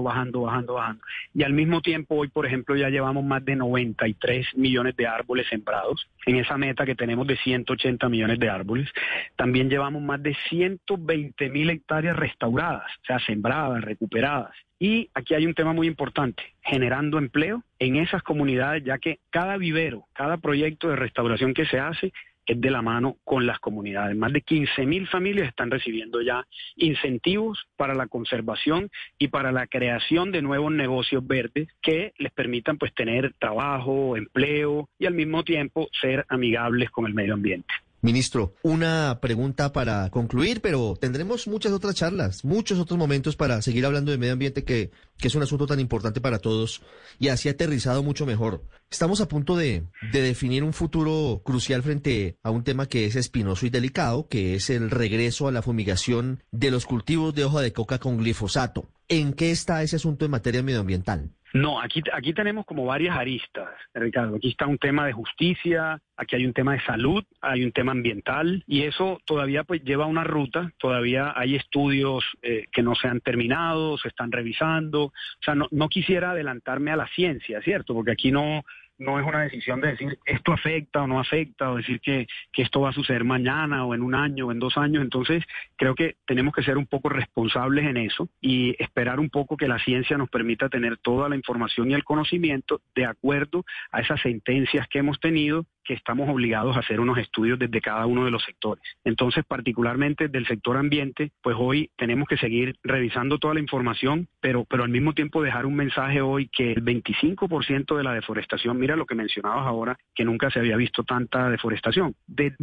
y al mismo tiempo, hoy, por ejemplo, ya llevamos más de 93 millones de árboles sembrados, en esa meta que tenemos de 180 millones de árboles. También llevamos más de 120.000 hectáreas restauradas, o sea, sembradas, recuperadas. Y aquí hay un tema muy importante, generando empleo en esas comunidades, ya que cada vivero, cada proyecto de restauración que se hace es de la mano con las comunidades. Más de 15.000 familias están recibiendo ya incentivos para la conservación y para la creación de nuevos negocios verdes que les permitan pues tener trabajo, empleo y al mismo tiempo ser amigables con el medio ambiente. Ministro, una pregunta para concluir, pero tendremos muchas otras charlas, muchos otros momentos para seguir hablando de medio ambiente, que es un asunto tan importante para todos y así aterrizado mucho mejor. Estamos a punto de definir un futuro crucial frente a un tema que es espinoso y delicado, que es el regreso a la fumigación de los cultivos de hoja de coca con glifosato. ¿En qué está ese asunto en materia medioambiental? No, aquí tenemos como varias aristas, Ricardo. Aquí está un tema de justicia, aquí hay un tema de salud, hay un tema ambiental y eso todavía pues lleva una ruta, todavía hay estudios que no se han terminado, se están revisando. O sea, no quisiera adelantarme a la ciencia, ¿cierto? Porque aquí no es una decisión de decir esto afecta o no afecta, o decir que esto va a suceder mañana o en un año o en 2 años. Entonces creo que tenemos que ser un poco responsables en eso y esperar un poco que la ciencia nos permita tener toda la información y el conocimiento de acuerdo a esas sentencias que hemos tenido, que estamos obligados a hacer unos estudios desde cada uno de los sectores. Entonces, particularmente del sector ambiente, pues hoy tenemos que seguir revisando toda la información, pero al mismo tiempo dejar un mensaje hoy que el 25% de la deforestación, mira lo que mencionabas ahora, que nunca se había visto tanta deforestación, del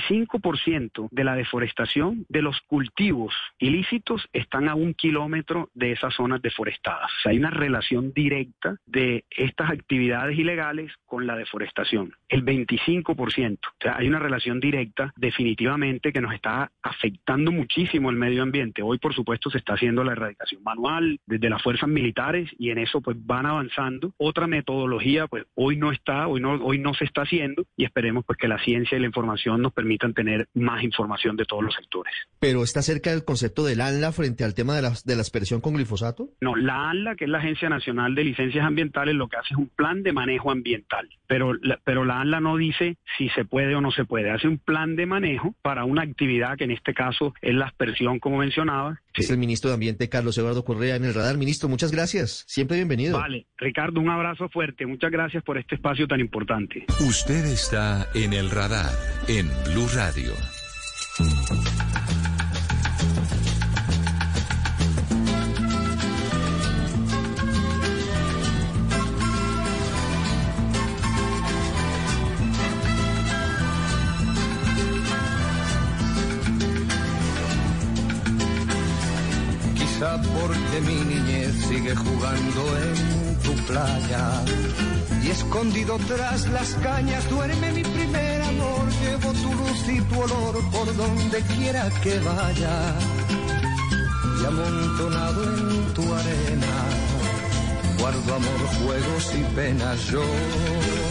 25% de la deforestación de los cultivos ilícitos están a 1 kilómetro de esas zonas deforestadas. O sea, hay una relación directa de estas actividades ilegales con la deforestación. El 25%. O sea, hay una relación directa definitivamente que nos está afectando muchísimo el medio ambiente. Hoy, por supuesto, se está haciendo la erradicación manual desde las fuerzas militares y en eso pues van avanzando. Otra metodología pues hoy no se está haciendo y esperemos pues que la ciencia y la información nos permitan tener más información de todos los sectores. ¿Pero está cerca del concepto del ANLA frente al tema de la aspersión con glifosato? No, la ANLA, que es la Agencia Nacional de Licencias Ambientales, lo que hace es un plan de manejo ambiental, pero la ANLA no dice si se puede o no se puede, hace un plan de manejo para una actividad que en este caso es la aspersión, como mencionaba. Es el ministro de Ambiente, Carlos Eduardo Correa, en el radar. Ministro, muchas gracias, siempre bienvenido. Vale, Ricardo, un abrazo fuerte, muchas gracias por este espacio tan importante. Usted está en el radar, en Blue Radio. Porque mi niñez sigue jugando en tu playa y escondido tras las cañas duerme mi primer amor. Llevo tu luz y tu olor por donde quiera que vaya y amontonado en tu arena guardo amor, juegos y penas. Yo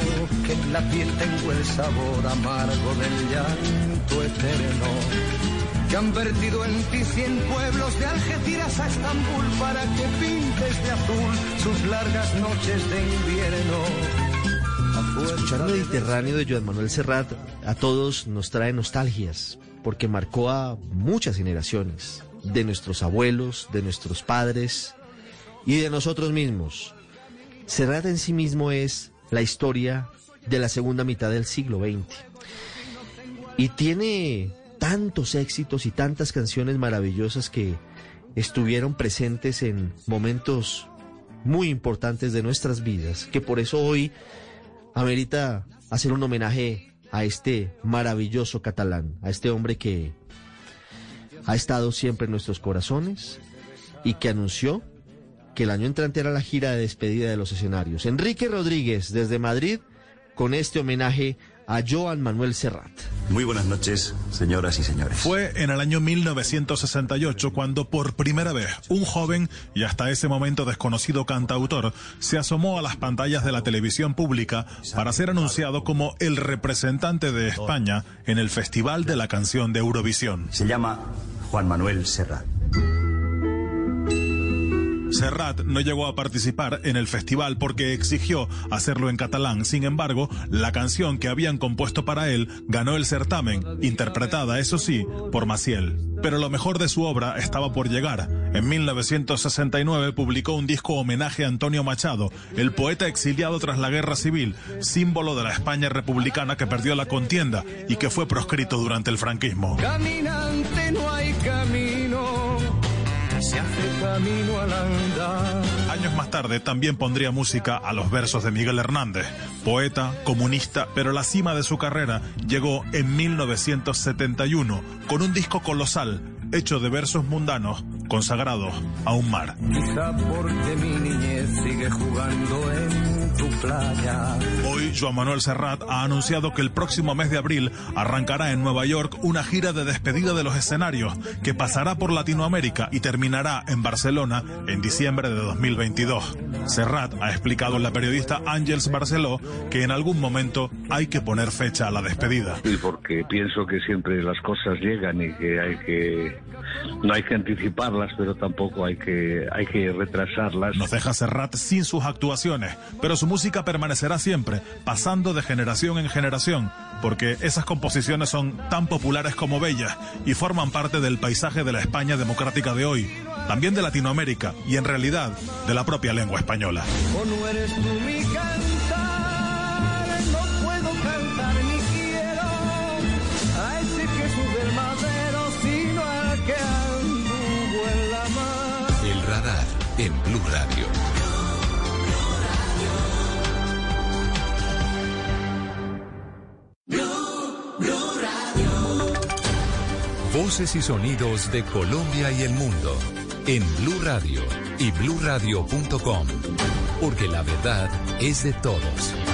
que en la piel tengo el sabor amargo del llanto eterno. Que han vertido en ti 100 pueblos de Algeciras a Estambul para que pintes de azul sus largas noches de invierno. Escuchar Mediterráneo de Joan Manuel Serrat a todos nos trae nostalgias, porque marcó a muchas generaciones, de nuestros abuelos, de nuestros padres y de nosotros mismos. Serrat en sí mismo es la historia de la segunda mitad del siglo XX y tiene tantos éxitos y tantas canciones maravillosas que estuvieron presentes en momentos muy importantes de nuestras vidas, que por eso hoy amerita hacer un homenaje a este maravilloso catalán, a este hombre que ha estado siempre en nuestros corazones y que anunció que el año entrante era la gira de despedida de los escenarios. Enrique Rodríguez, desde Madrid, con este homenaje a Joan Manuel Serrat. Muy buenas noches, señoras y señores. Fue en el año 1968 cuando por primera vez un joven y hasta ese momento desconocido cantautor se asomó a las pantallas de la televisión pública para ser anunciado como el representante de España en el Festival de la Canción de Eurovisión. Se llama Joan Manuel Serrat. Serrat no llegó a participar en el festival porque exigió hacerlo en catalán. Sin embargo, la canción que habían compuesto para él ganó el certamen, interpretada, eso sí, por Maciel. Pero lo mejor de su obra estaba por llegar. En 1969 publicó un disco homenaje a Antonio Machado, el poeta exiliado tras la Guerra Civil, símbolo de la España republicana que perdió la contienda y que fue proscrito durante el franquismo. Caminante no hay camino, se hace camino al andar. Años más tarde también pondría música a los versos de Miguel Hernández, poeta, comunista, pero la cima de su carrera llegó en 1971 con un disco colosal hecho de versos mundanos consagrados a un mar. Quizá porque mi niñez sigue jugando en tu playa. Hoy Joan Manuel Serrat ha anunciado que el próximo mes de abril arrancará en Nueva York una gira de despedida de los escenarios que pasará por Latinoamérica y terminará en Barcelona en diciembre de 2022. Serrat ha explicado a la periodista Àngels Barceló que en algún momento hay que poner fecha a la despedida. Sí, porque pienso que siempre las cosas llegan y que no hay que anticiparlas, pero tampoco hay que retrasarlas. Nos deja Serrat sin sus actuaciones, pero su música permanecerá siempre, pasando de generación en generación, porque esas composiciones son tan populares como bellas y forman parte del paisaje de la España democrática de hoy, también de Latinoamérica y en realidad de la propia lengua española. O no eres tú mi cantar, no puedo cantar ni quiero a ese que sube el madero, sino al que anduvo en la mar. El radar en Blue Radio. Voces y sonidos de Colombia y el mundo en Blue Radio y bluradio.com, porque la verdad es de todos.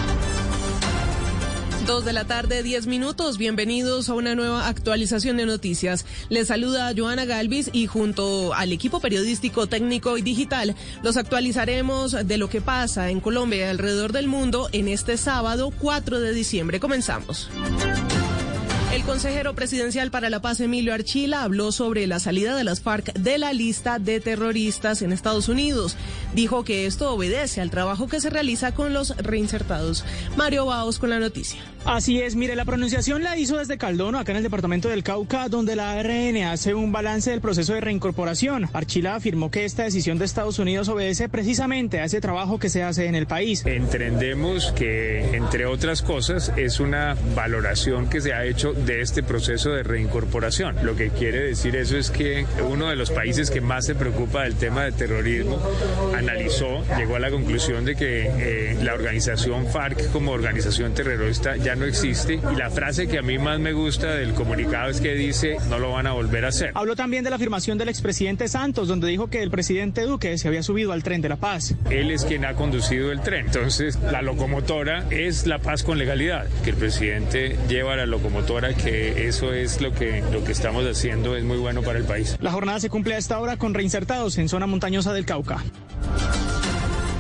2:10 p.m. Bienvenidos a una nueva actualización de noticias. Les saluda Joana Galvis y junto al equipo periodístico, técnico y digital los actualizaremos de lo que pasa en Colombia y alrededor del mundo en este sábado 4 de diciembre. Comenzamos. El consejero presidencial para la paz, Emilio Archila, habló sobre la salida de las FARC de la lista de terroristas en Estados Unidos. Dijo que esto obedece al trabajo que se realiza con los reinsertados. Mario Baos con la noticia. Así es, mire, la pronunciación la hizo desde Caldono, acá en el departamento del Cauca, donde la ARN hace un balance del proceso de reincorporación. Archila afirmó que esta decisión de Estados Unidos obedece precisamente a ese trabajo que se hace en el país. Entendemos que, entre otras cosas, es una valoración que se ha hecho de este proceso de reincorporación. Lo que quiere decir eso es que uno de los países que más se preocupa del tema de terrorismo analizó, llegó a la conclusión de que la organización FARC como organización terrorista ya no existe, y la frase que a mí más me gusta del comunicado es que dice: no lo van a volver a hacer. Habló también de la afirmación del expresidente Santos, donde dijo que el presidente Duque se había subido al tren de la paz. Él es quien ha conducido el tren, entonces la locomotora es la paz con legalidad, que el presidente lleva a la locomotora, que eso es lo que estamos haciendo, es muy bueno para el país. La jornada se cumple a esta hora con reinsertados en zona montañosa del Cauca.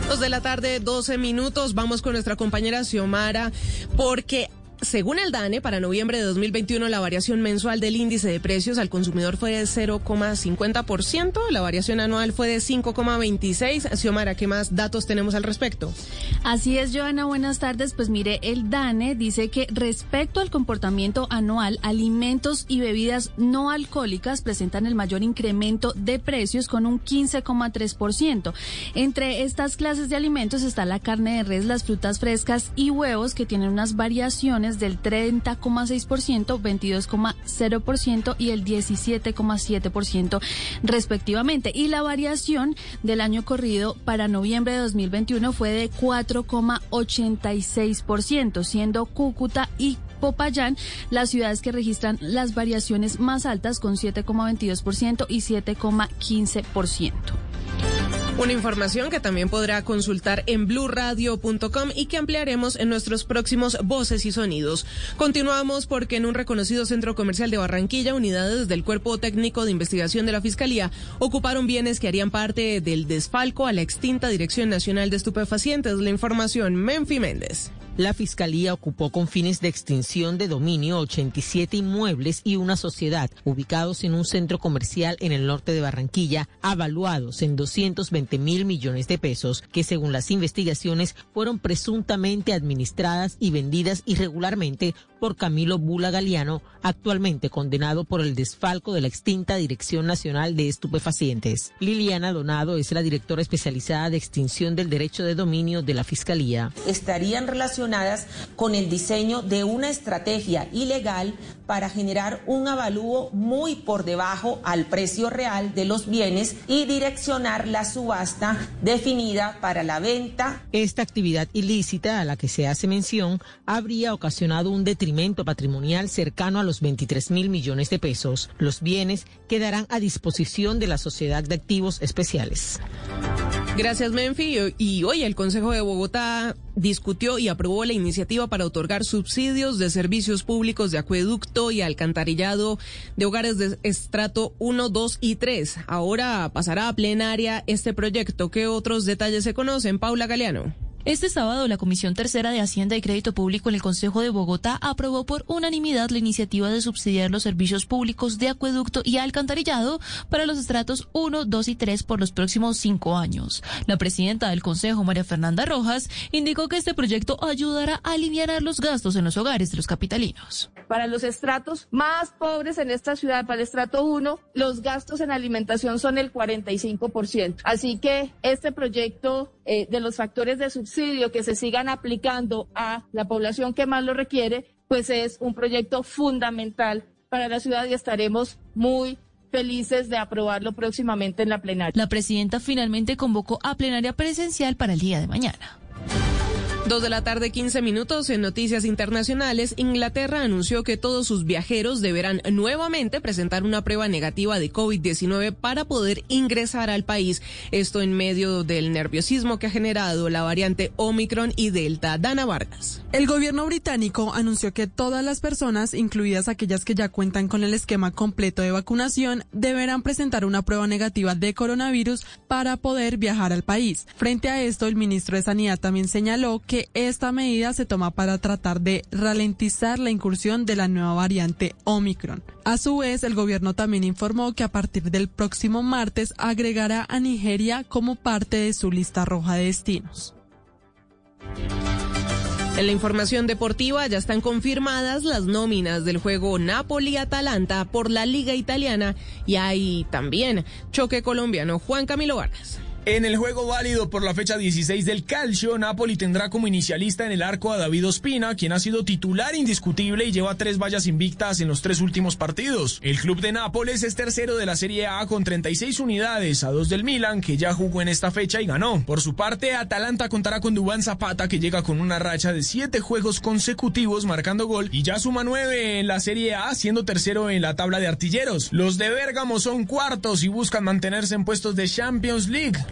2:12 p.m. Vamos con nuestra compañera Xiomara, porque según el DANE, para noviembre de 2021, la variación mensual del índice de precios al consumidor fue de 0,50%, la variación anual fue de 5,26%. Xiomara, ¿qué más datos tenemos al respecto? Así es, Joana, buenas tardes. Pues mire, el DANE dice que respecto al comportamiento anual, alimentos y bebidas no alcohólicas presentan el mayor incremento de precios con un 15,3%. Entre estas clases de alimentos está la carne de res, las frutas frescas y huevos, que tienen unas variaciones del 30,6%, 22,0% y el 17,7% respectivamente. Y la variación del año corrido para noviembre de 2021 fue de 4,86%, siendo Cúcuta y Popayán las ciudades que registran las variaciones más altas, con 7,22% y 7,15%. Una información que también podrá consultar en blurradio.com y que ampliaremos en nuestros próximos Voces y Sonidos. Continuamos porque en un reconocido centro comercial de Barranquilla, unidades del Cuerpo Técnico de Investigación de la Fiscalía ocuparon bienes que harían parte del desfalco a la extinta Dirección Nacional de Estupefacientes. La información, Menfi Méndez. La Fiscalía ocupó con fines de extinción de dominio 87 inmuebles y una sociedad ubicados en un centro comercial en el norte de Barranquilla, avaluados en 220.000 millones de pesos, que según las investigaciones fueron presuntamente administradas y vendidas irregularmente por Camilo Bula Galeano, actualmente condenado por el desfalco de la extinta Dirección Nacional de Estupefacientes. Liliana Donado es la directora especializada de extinción del derecho de dominio de la Fiscalía. Estarían relacionadas con el diseño de una estrategia ilegal para generar un avalúo muy por debajo al precio real de los bienes y direccionar la subasta definida para la venta. Esta actividad ilícita a la que se hace mención habría ocasionado un detrimento patrimonial cercano a los 23.000 millones de pesos. Los bienes quedarán a disposición de la Sociedad de Activos Especiales. Gracias, Menfi. Y hoy el Consejo de Bogotá discutió y aprobó la iniciativa para otorgar subsidios de servicios públicos de acueducto y alcantarillado de hogares de estrato 1, 2 y 3. Ahora pasará a plenaria este proyecto. ¿Qué otros detalles se conocen? Paula Galeano. Este sábado, la Comisión Tercera de Hacienda y Crédito Público en el Consejo de Bogotá aprobó por unanimidad la iniciativa de subsidiar los servicios públicos de acueducto y alcantarillado para los estratos 1, 2 y 3 por los próximos 5 años. La presidenta del Consejo, María Fernanda Rojas, indicó que este proyecto ayudará a aliviar los gastos en los hogares de los capitalinos. Para los estratos más pobres en esta ciudad, para el estrato 1, los gastos en alimentación son el 45%. Así que este proyecto de los factores de subsidio que se sigan aplicando a la población que más lo requiere, pues es un proyecto fundamental para la ciudad y estaremos muy felices de aprobarlo próximamente en la plenaria. La presidenta finalmente convocó a plenaria presencial para el día de mañana. 2:15 p.m. En noticias internacionales, Inglaterra anunció que todos sus viajeros deberán nuevamente presentar una prueba negativa de COVID-19 para poder ingresar al país. Esto en medio del nerviosismo que ha generado la variante Omicron y Delta. Dana Vargas. El gobierno británico anunció que todas las personas, incluidas aquellas que ya cuentan con el esquema completo de vacunación, deberán presentar una prueba negativa de coronavirus para poder viajar al país. Frente a esto, el ministro de Sanidad también señaló que esta medida se toma para tratar de ralentizar la incursión de la nueva variante Omicron. A su vez, el gobierno también informó que a partir del próximo martes agregará a Nigeria como parte de su lista roja de destinos. En la información deportiva ya están confirmadas las nóminas del juego Napoli-Atalanta por la Liga Italiana y hay también choque colombiano. Juan Camilo Vargas. En el juego válido por la fecha 16 del Calcio, Napoli tendrá como inicialista en el arco a David Ospina, quien ha sido titular indiscutible y lleva 3 vallas invictas en los 3 últimos partidos. El club de Nápoles es tercero de la Serie A con 36 unidades, a 2 del Milan, que ya jugó en esta fecha y ganó. Por su parte, Atalanta contará con Duván Zapata, que llega con una racha de 7 juegos consecutivos marcando gol y ya suma 9 en la Serie A, siendo tercero en la tabla de artilleros. Los de Bérgamo son cuartos y buscan mantenerse en puestos de Champions League.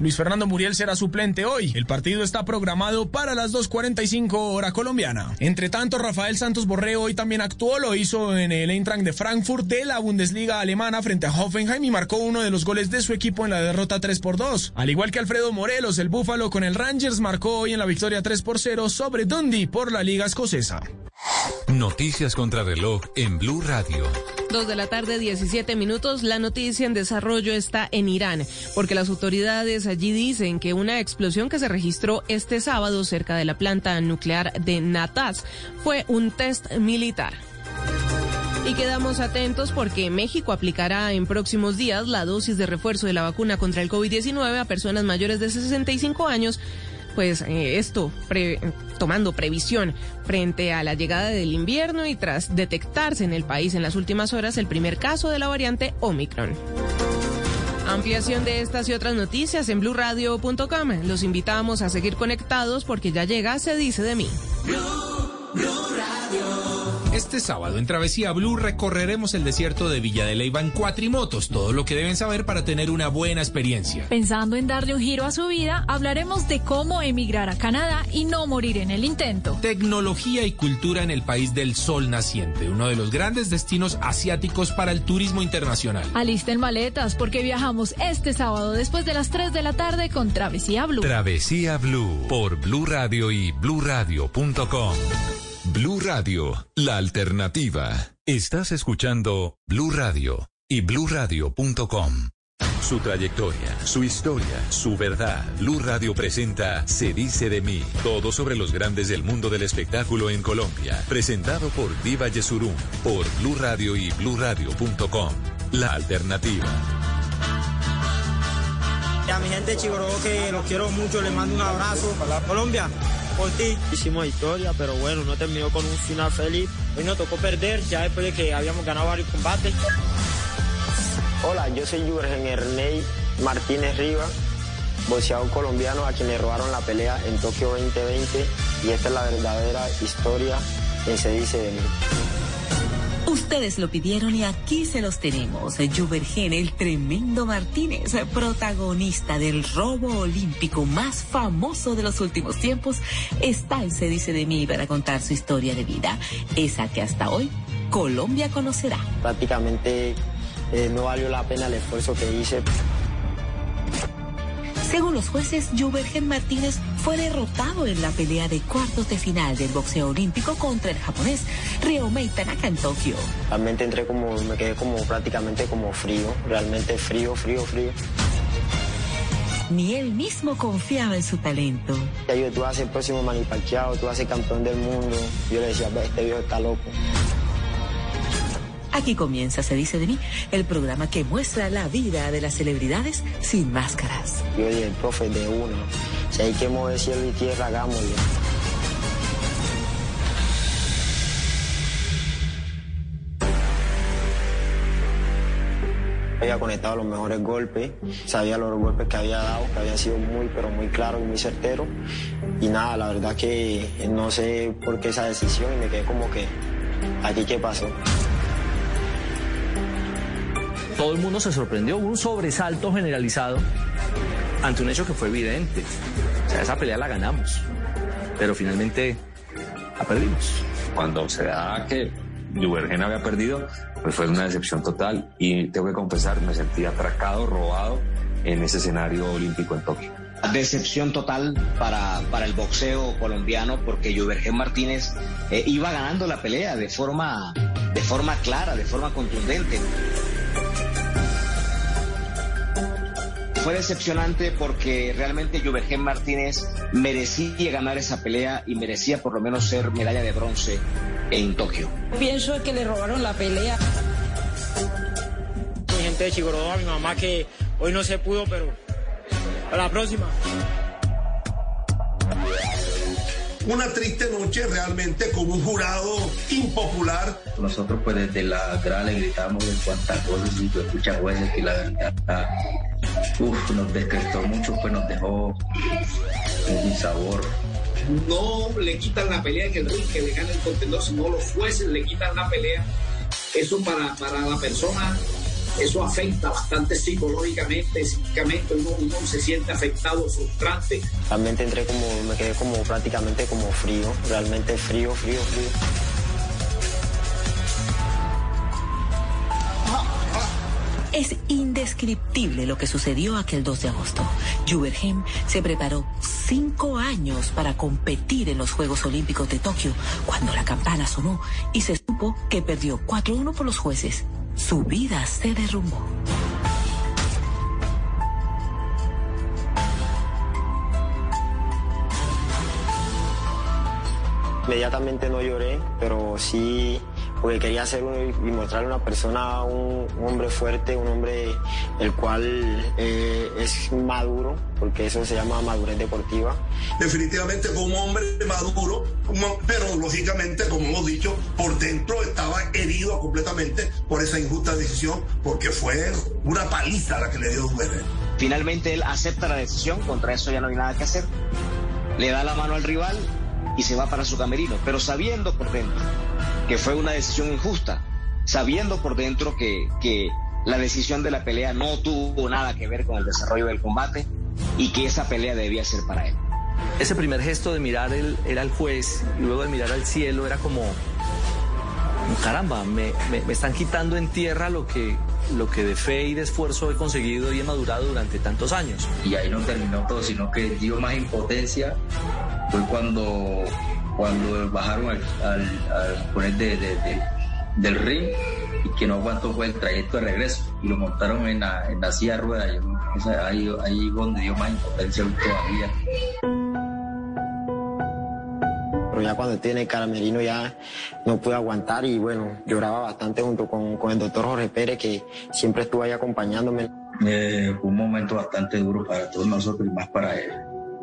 Luis Fernando Muriel será suplente hoy. El partido está programado para las 2:45 hora colombiana. Entre tanto, Rafael Santos Borré hoy también actuó, lo hizo en el Eintracht de Frankfurt de la Bundesliga alemana frente a Hoffenheim y marcó uno de los goles de su equipo en la derrota 3-2. Al igual que Alfredo Morelos, el Búfalo con el Rangers marcó hoy en la victoria 3-0 sobre Dundee por la Liga Escocesa. Noticias contra reloj en Blue Radio. 2:17 p.m. La noticia en desarrollo está en Irán, porque las autoridades allí dicen que una explosión que se registró este sábado cerca de la planta nuclear de Natanz fue un test militar. Y quedamos atentos porque México aplicará en próximos días la dosis de refuerzo de la vacuna contra el COVID-19 a personas mayores de 65 años. Pues tomando previsión frente a la llegada del invierno y tras detectarse en el país en las últimas horas el primer caso de la variante Omicron. Ampliación de estas y otras noticias en bluradio.com. Los invitamos a seguir conectados porque ya llega Se Dice de Mí. Blue Radio. Este sábado en Travesía Blue recorreremos el desierto de Villa de Leyva en cuatrimotos, todo lo que deben saber para tener una buena experiencia. Pensando en darle un giro a su vida, hablaremos de cómo emigrar a Canadá y no morir en el intento. Tecnología y cultura en el país del sol naciente, uno de los grandes destinos asiáticos para el turismo internacional. Alisten maletas porque viajamos este sábado después de las 3 de la tarde con Travesía Blue. Travesía Blue por Blue Radio y bluradio.com. Blue Radio, la alternativa. Estás escuchando Blue Radio y bluradio.com. Su trayectoria, su historia, su verdad. Blue Radio presenta Se Dice de Mí. Todo sobre los grandes del mundo del espectáculo en Colombia. Presentado por Diva Yesurum, por Blue Radio y bluradio.com. La alternativa. A mi gente de Chigoró, que los quiero mucho, les mando un abrazo. Colombia, por ti. Hicimos historia, pero bueno, no terminó con un final feliz. Hoy nos tocó perder, ya después de que habíamos ganado varios combates. Hola, yo soy Jürgen Ernei Martínez Rivas, boxeador colombiano a quien le robaron la pelea en Tokio 2020, y esta es la verdadera historia que Se Dice de Mí. Ustedes lo pidieron y aquí se los tenemos. Jürgen, el tremendo Martínez, protagonista del robo olímpico más famoso de los últimos tiempos, está en Se Dice de Mí para contar su historia de vida, esa que hasta hoy Colombia conocerá. Prácticamente no valió la pena el esfuerzo que hice. Según los jueces, Jürgen Martínez fue derrotado en la pelea de cuartos de final del boxeo olímpico contra el japonés Ryomei Tanaka en Tokio. Realmente me quedé prácticamente como frío, realmente frío. Ni él mismo confiaba en su talento. Ya tú vas a ser el próximo Manny Pacquiao, tú vas a ser campeón del mundo. Yo le decía, este viejo está loco. Aquí comienza Se Dice de Mí, el programa que muestra la vida de las celebridades sin máscaras. Yo dije, profe, de uno. Si hay que mover cielo y tierra, hagámoslo. Había conectado los mejores golpes, sabía los golpes que había dado, que habían sido muy, pero muy claros y muy certeros. Y nada, la verdad que no sé por qué esa decisión y me quedé como que, ¿aquí qué pasó? Todo el mundo se sorprendió, hubo un sobresalto generalizado ante un hecho que fue evidente. O sea, esa pelea la ganamos, pero finalmente la perdimos. Cuando se da que Jürgen había perdido, pues fue una decepción total y tengo que confesar, me sentí atracado, robado en ese escenario olímpico en Tokio. Decepción total para el boxeo colombiano porque Jürgen Martínez iba ganando la pelea de forma clara, de forma contundente. Fue decepcionante porque realmente Jürgen Martínez merecía ganar esa pelea y merecía por lo menos ser medalla de bronce en Tokio. Pienso que le robaron la pelea. Mi gente de Chigorodó, a mi mamá que hoy no se pudo, pero a la próxima. Una triste noche realmente con un jurado impopular. Nosotros pues desde la grada le gritamos de cuantas cosas y tú escuchas jueces que la verdad nos descrestó mucho, pues nos dejó un sabor. No le quitan la pelea que el ring que le gana el contendor, sino los jueces le quitan la pelea. Eso para la persona Eso afecta bastante psicológicamente, psíquicamente, uno se siente afectado, frustrante. Realmente me quedé como prácticamente como frío, realmente frío. Es indescriptible lo que sucedió aquel 2 de agosto. Juvergen se preparó 5 años para competir en los Juegos Olímpicos de Tokio. Cuando la campana sonó y se supo que perdió 4-1 por los jueces, su vida se derrumbó. Inmediatamente no lloré, pero sí, porque quería ser y mostrarle a una persona, un hombre fuerte, un hombre el cual es maduro, porque eso se llama madurez deportiva. Definitivamente como un hombre maduro, pero lógicamente, como hemos dicho, por dentro estaba herido completamente por esa injusta decisión, porque fue una paliza la que le dio Juvergen. Finalmente él acepta la decisión, contra eso ya no hay nada que hacer, le da la mano al rival y se va para su camerino, pero sabiendo por dentro que fue una decisión injusta, sabiendo por dentro que la decisión de la pelea no tuvo nada que ver con el desarrollo del combate y que esa pelea debía ser para él. Ese primer gesto de mirar era al juez y luego de mirar al cielo era como caramba, me están quitando en tierra lo que de fe y de esfuerzo he conseguido y he madurado durante tantos años. Y ahí no terminó todo, sino que dio más impotencia. Fue cuando bajaron al poner del ring y que no aguantó fue el trayecto de regreso y lo montaron en la silla de ruedas. Ahí donde dio más impotencia todavía. Pero ya cuando estoy en el camerino ya no pude aguantar y bueno, lloraba bastante junto con el doctor Jorge Pérez, que siempre estuvo ahí acompañándome. Fue un momento bastante duro para todos nosotros y más para él.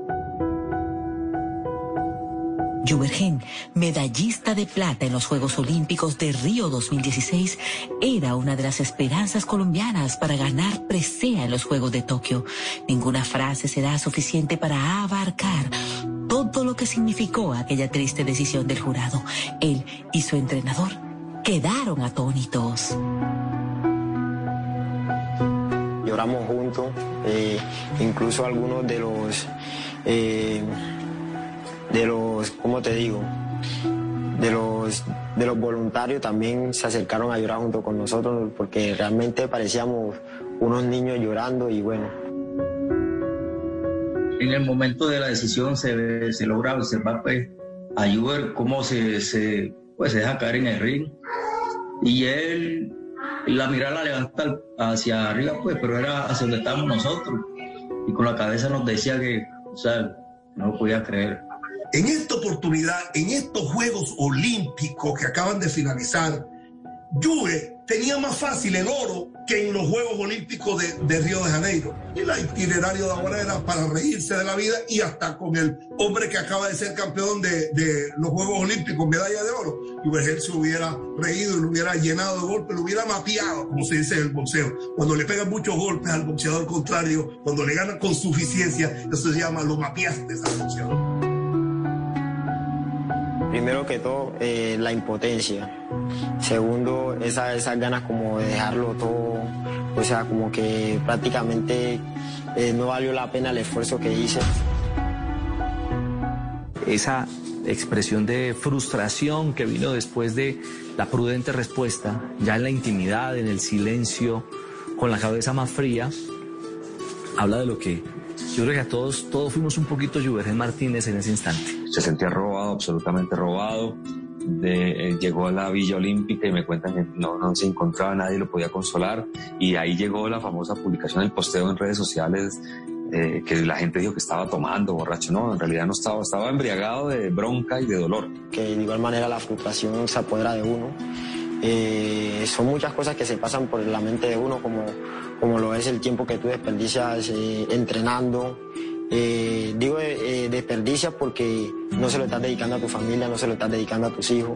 Juvergen, medallista de plata en los Juegos Olímpicos de Río 2016, era una de las esperanzas colombianas para ganar presea en los Juegos de Tokio. Ninguna frase será suficiente para abarcar todo lo que significó aquella triste decisión del jurado. Él y su entrenador quedaron atónitos. Lloramos juntos, incluso algunos de los, ¿cómo te digo? De los voluntarios también se acercaron a llorar junto con nosotros porque realmente parecíamos unos niños llorando y bueno. En el momento de la decisión se logra observar pues a Juver cómo se deja caer en el ring y él la mirada la levanta hacia arriba pues, pero era hacia donde estábamos nosotros y con la cabeza nos decía que, o sea, no lo podía creer. En esta oportunidad, en estos Juegos Olímpicos que acaban de finalizar, Juve tenía más fácil el oro que en los Juegos Olímpicos de Río de Janeiro. Y el itinerario de ahora era para reírse de la vida y hasta con el hombre que acaba de ser campeón de los Juegos Olímpicos, medalla de oro. Juvergen se hubiera reído y lo hubiera llenado de golpes, lo hubiera mapeado, como se dice en el boxeo. Cuando le pegan muchos golpes al boxeador contrario, cuando le ganan con suficiencia, eso se llama lo mapeaste al boxeador. Primero que todo, la impotencia. Segundo, esas ganas como de dejarlo todo, o sea, como que prácticamente no valió la pena el esfuerzo que hice. Esa expresión de frustración que vino después de la prudente respuesta, ya en la intimidad, en el silencio, con la cabeza más fría, habla de lo que yo creo que a todos fuimos un poquito Juvergen Martínez en ese instante. Se sentía robado, absolutamente robado. Llegó a la Villa Olímpica y me cuentan que no se encontraba, nadie lo podía consolar, y ahí llegó la famosa publicación, el posteo en redes sociales, que la gente dijo que estaba tomando, borracho. No, en realidad no estaba embriagado de bronca y de dolor. Que de igual manera la frustración se apodera de uno. Son muchas cosas que se pasan por la mente de uno, como lo es el tiempo que tú desperdicias entrenando. Digo desperdicias porque no se lo estás dedicando a tu familia, no se lo estás dedicando a tus hijos.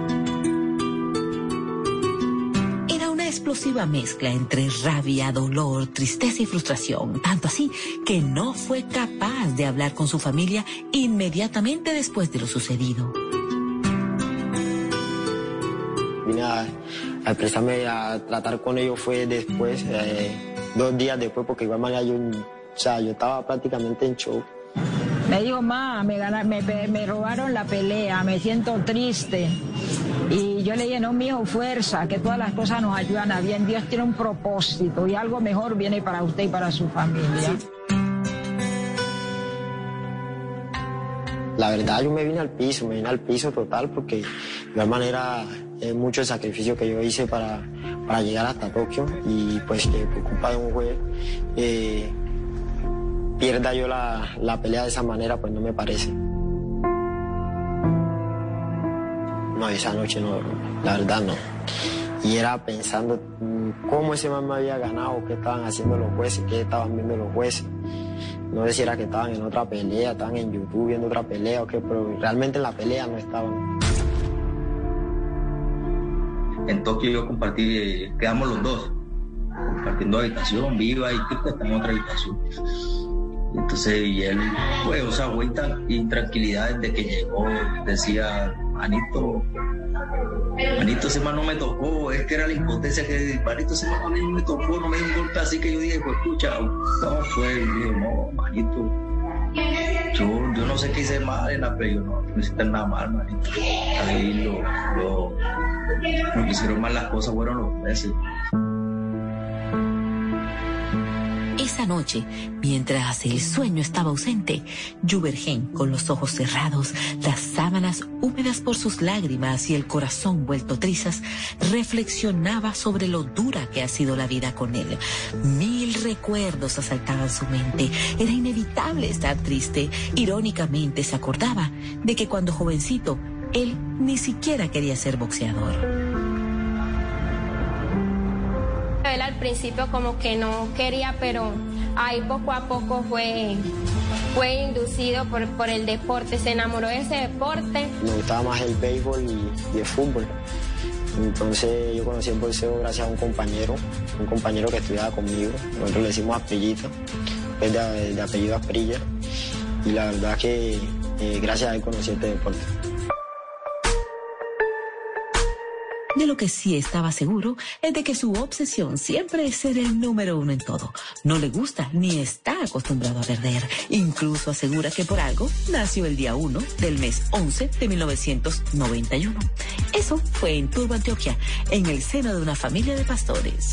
Era una explosiva mezcla entre rabia, dolor, tristeza y frustración, tanto así que no fue capaz de hablar con su familia inmediatamente después de lo sucedido. Vine a expresarme, a tratar con ellos fue después, 2 días después, porque igual manera yo estaba prácticamente en show. Me dijo, me robaron la pelea, me siento triste. Y yo le dije, no, mijo, fuerza, que todas las cosas nos ayudan a bien. Dios tiene un propósito y algo mejor viene para usted y para su familia. La verdad, yo me vine al piso total, porque de igual manera es mucho el sacrificio que yo hice para llegar hasta Tokio, y pues que por culpa de un juez pierda yo la pelea de esa manera, pues no me parece. No, esa noche no, la verdad no. Y era pensando cómo ese man me había ganado, qué estaban haciendo los jueces, qué estaban viendo los jueces. No sé si era que estaban en otra pelea, estaban en YouTube viendo otra pelea o qué, pero realmente en la pelea no estaban. En Tokio yo compartí, quedamos los dos, compartiendo habitación, Viva y Tito está en otra habitación. Entonces, y él, pues, o sea, fue intranquilidad desde que llegó, decía, manito, ese man no me tocó, es que era la impotencia que, manito, ese man no me tocó, no me dio un golpe así, que yo dije, pues, escucha, ¿cómo fue? Y dijo, no, manito, yo no sé qué hice mal en la pelea, no hice nada mal, manito. Ahí lo que hicieron mal las cosas fueron los jueces. Esa noche, mientras el sueño estaba ausente, Juvergen, con los ojos cerrados, las sábanas húmedas por sus lágrimas y el corazón vuelto trizas, reflexionaba sobre lo dura que ha sido la vida con él. 1000 recuerdos asaltaban su mente. Era inevitable estar triste. Irónicamente se acordaba de que cuando jovencito, él ni siquiera quería ser boxeador. Él al principio como que no quería, pero ahí poco a poco fue inducido por el deporte, se enamoró de ese deporte. Me gustaba más el béisbol y el fútbol. Entonces yo conocí el boxeo gracias a un compañero que estudiaba conmigo. Nosotros le decimos Asprillita, es de apellido Asprilla. Y la verdad que gracias a él conocí este deporte. De lo que sí estaba seguro es de que su obsesión siempre es ser el número 1 en todo. No le gusta ni está acostumbrado a perder. Incluso asegura que por algo nació el día 1 del mes 11 de 1991. Eso fue en Turbo, Antioquia, en el seno de una familia de pastores.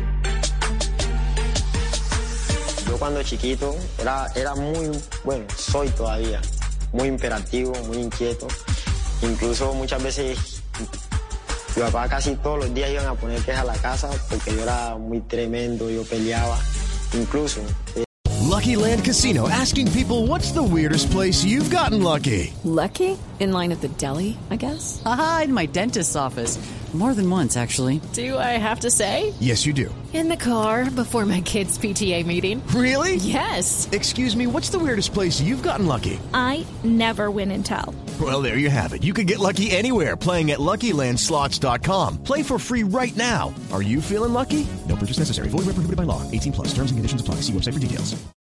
Yo cuando chiquito era muy, bueno, soy todavía, muy imperativo, muy inquieto. Incluso muchas veces mi papá casi todos los días iban a poner queja a la casa porque yo era muy tremendo, yo peleaba, incluso. Lucky Land Casino, asking people, what's the weirdest place you've gotten lucky? Lucky? In line at the deli, I guess? Aha, in my dentist's office. More than once, actually. Do I have to say? Yes, you do. In the car before my kids' PTA meeting. Really? Yes. Excuse me, what's the weirdest place you've gotten lucky? I never win and tell. Well, there you have it. You can get lucky anywhere, playing at LuckyLandSlots.com. Play for free right now. Are you feeling lucky? No purchase necessary. Void where prohibited by law. 18+. Terms and conditions apply. See website for details.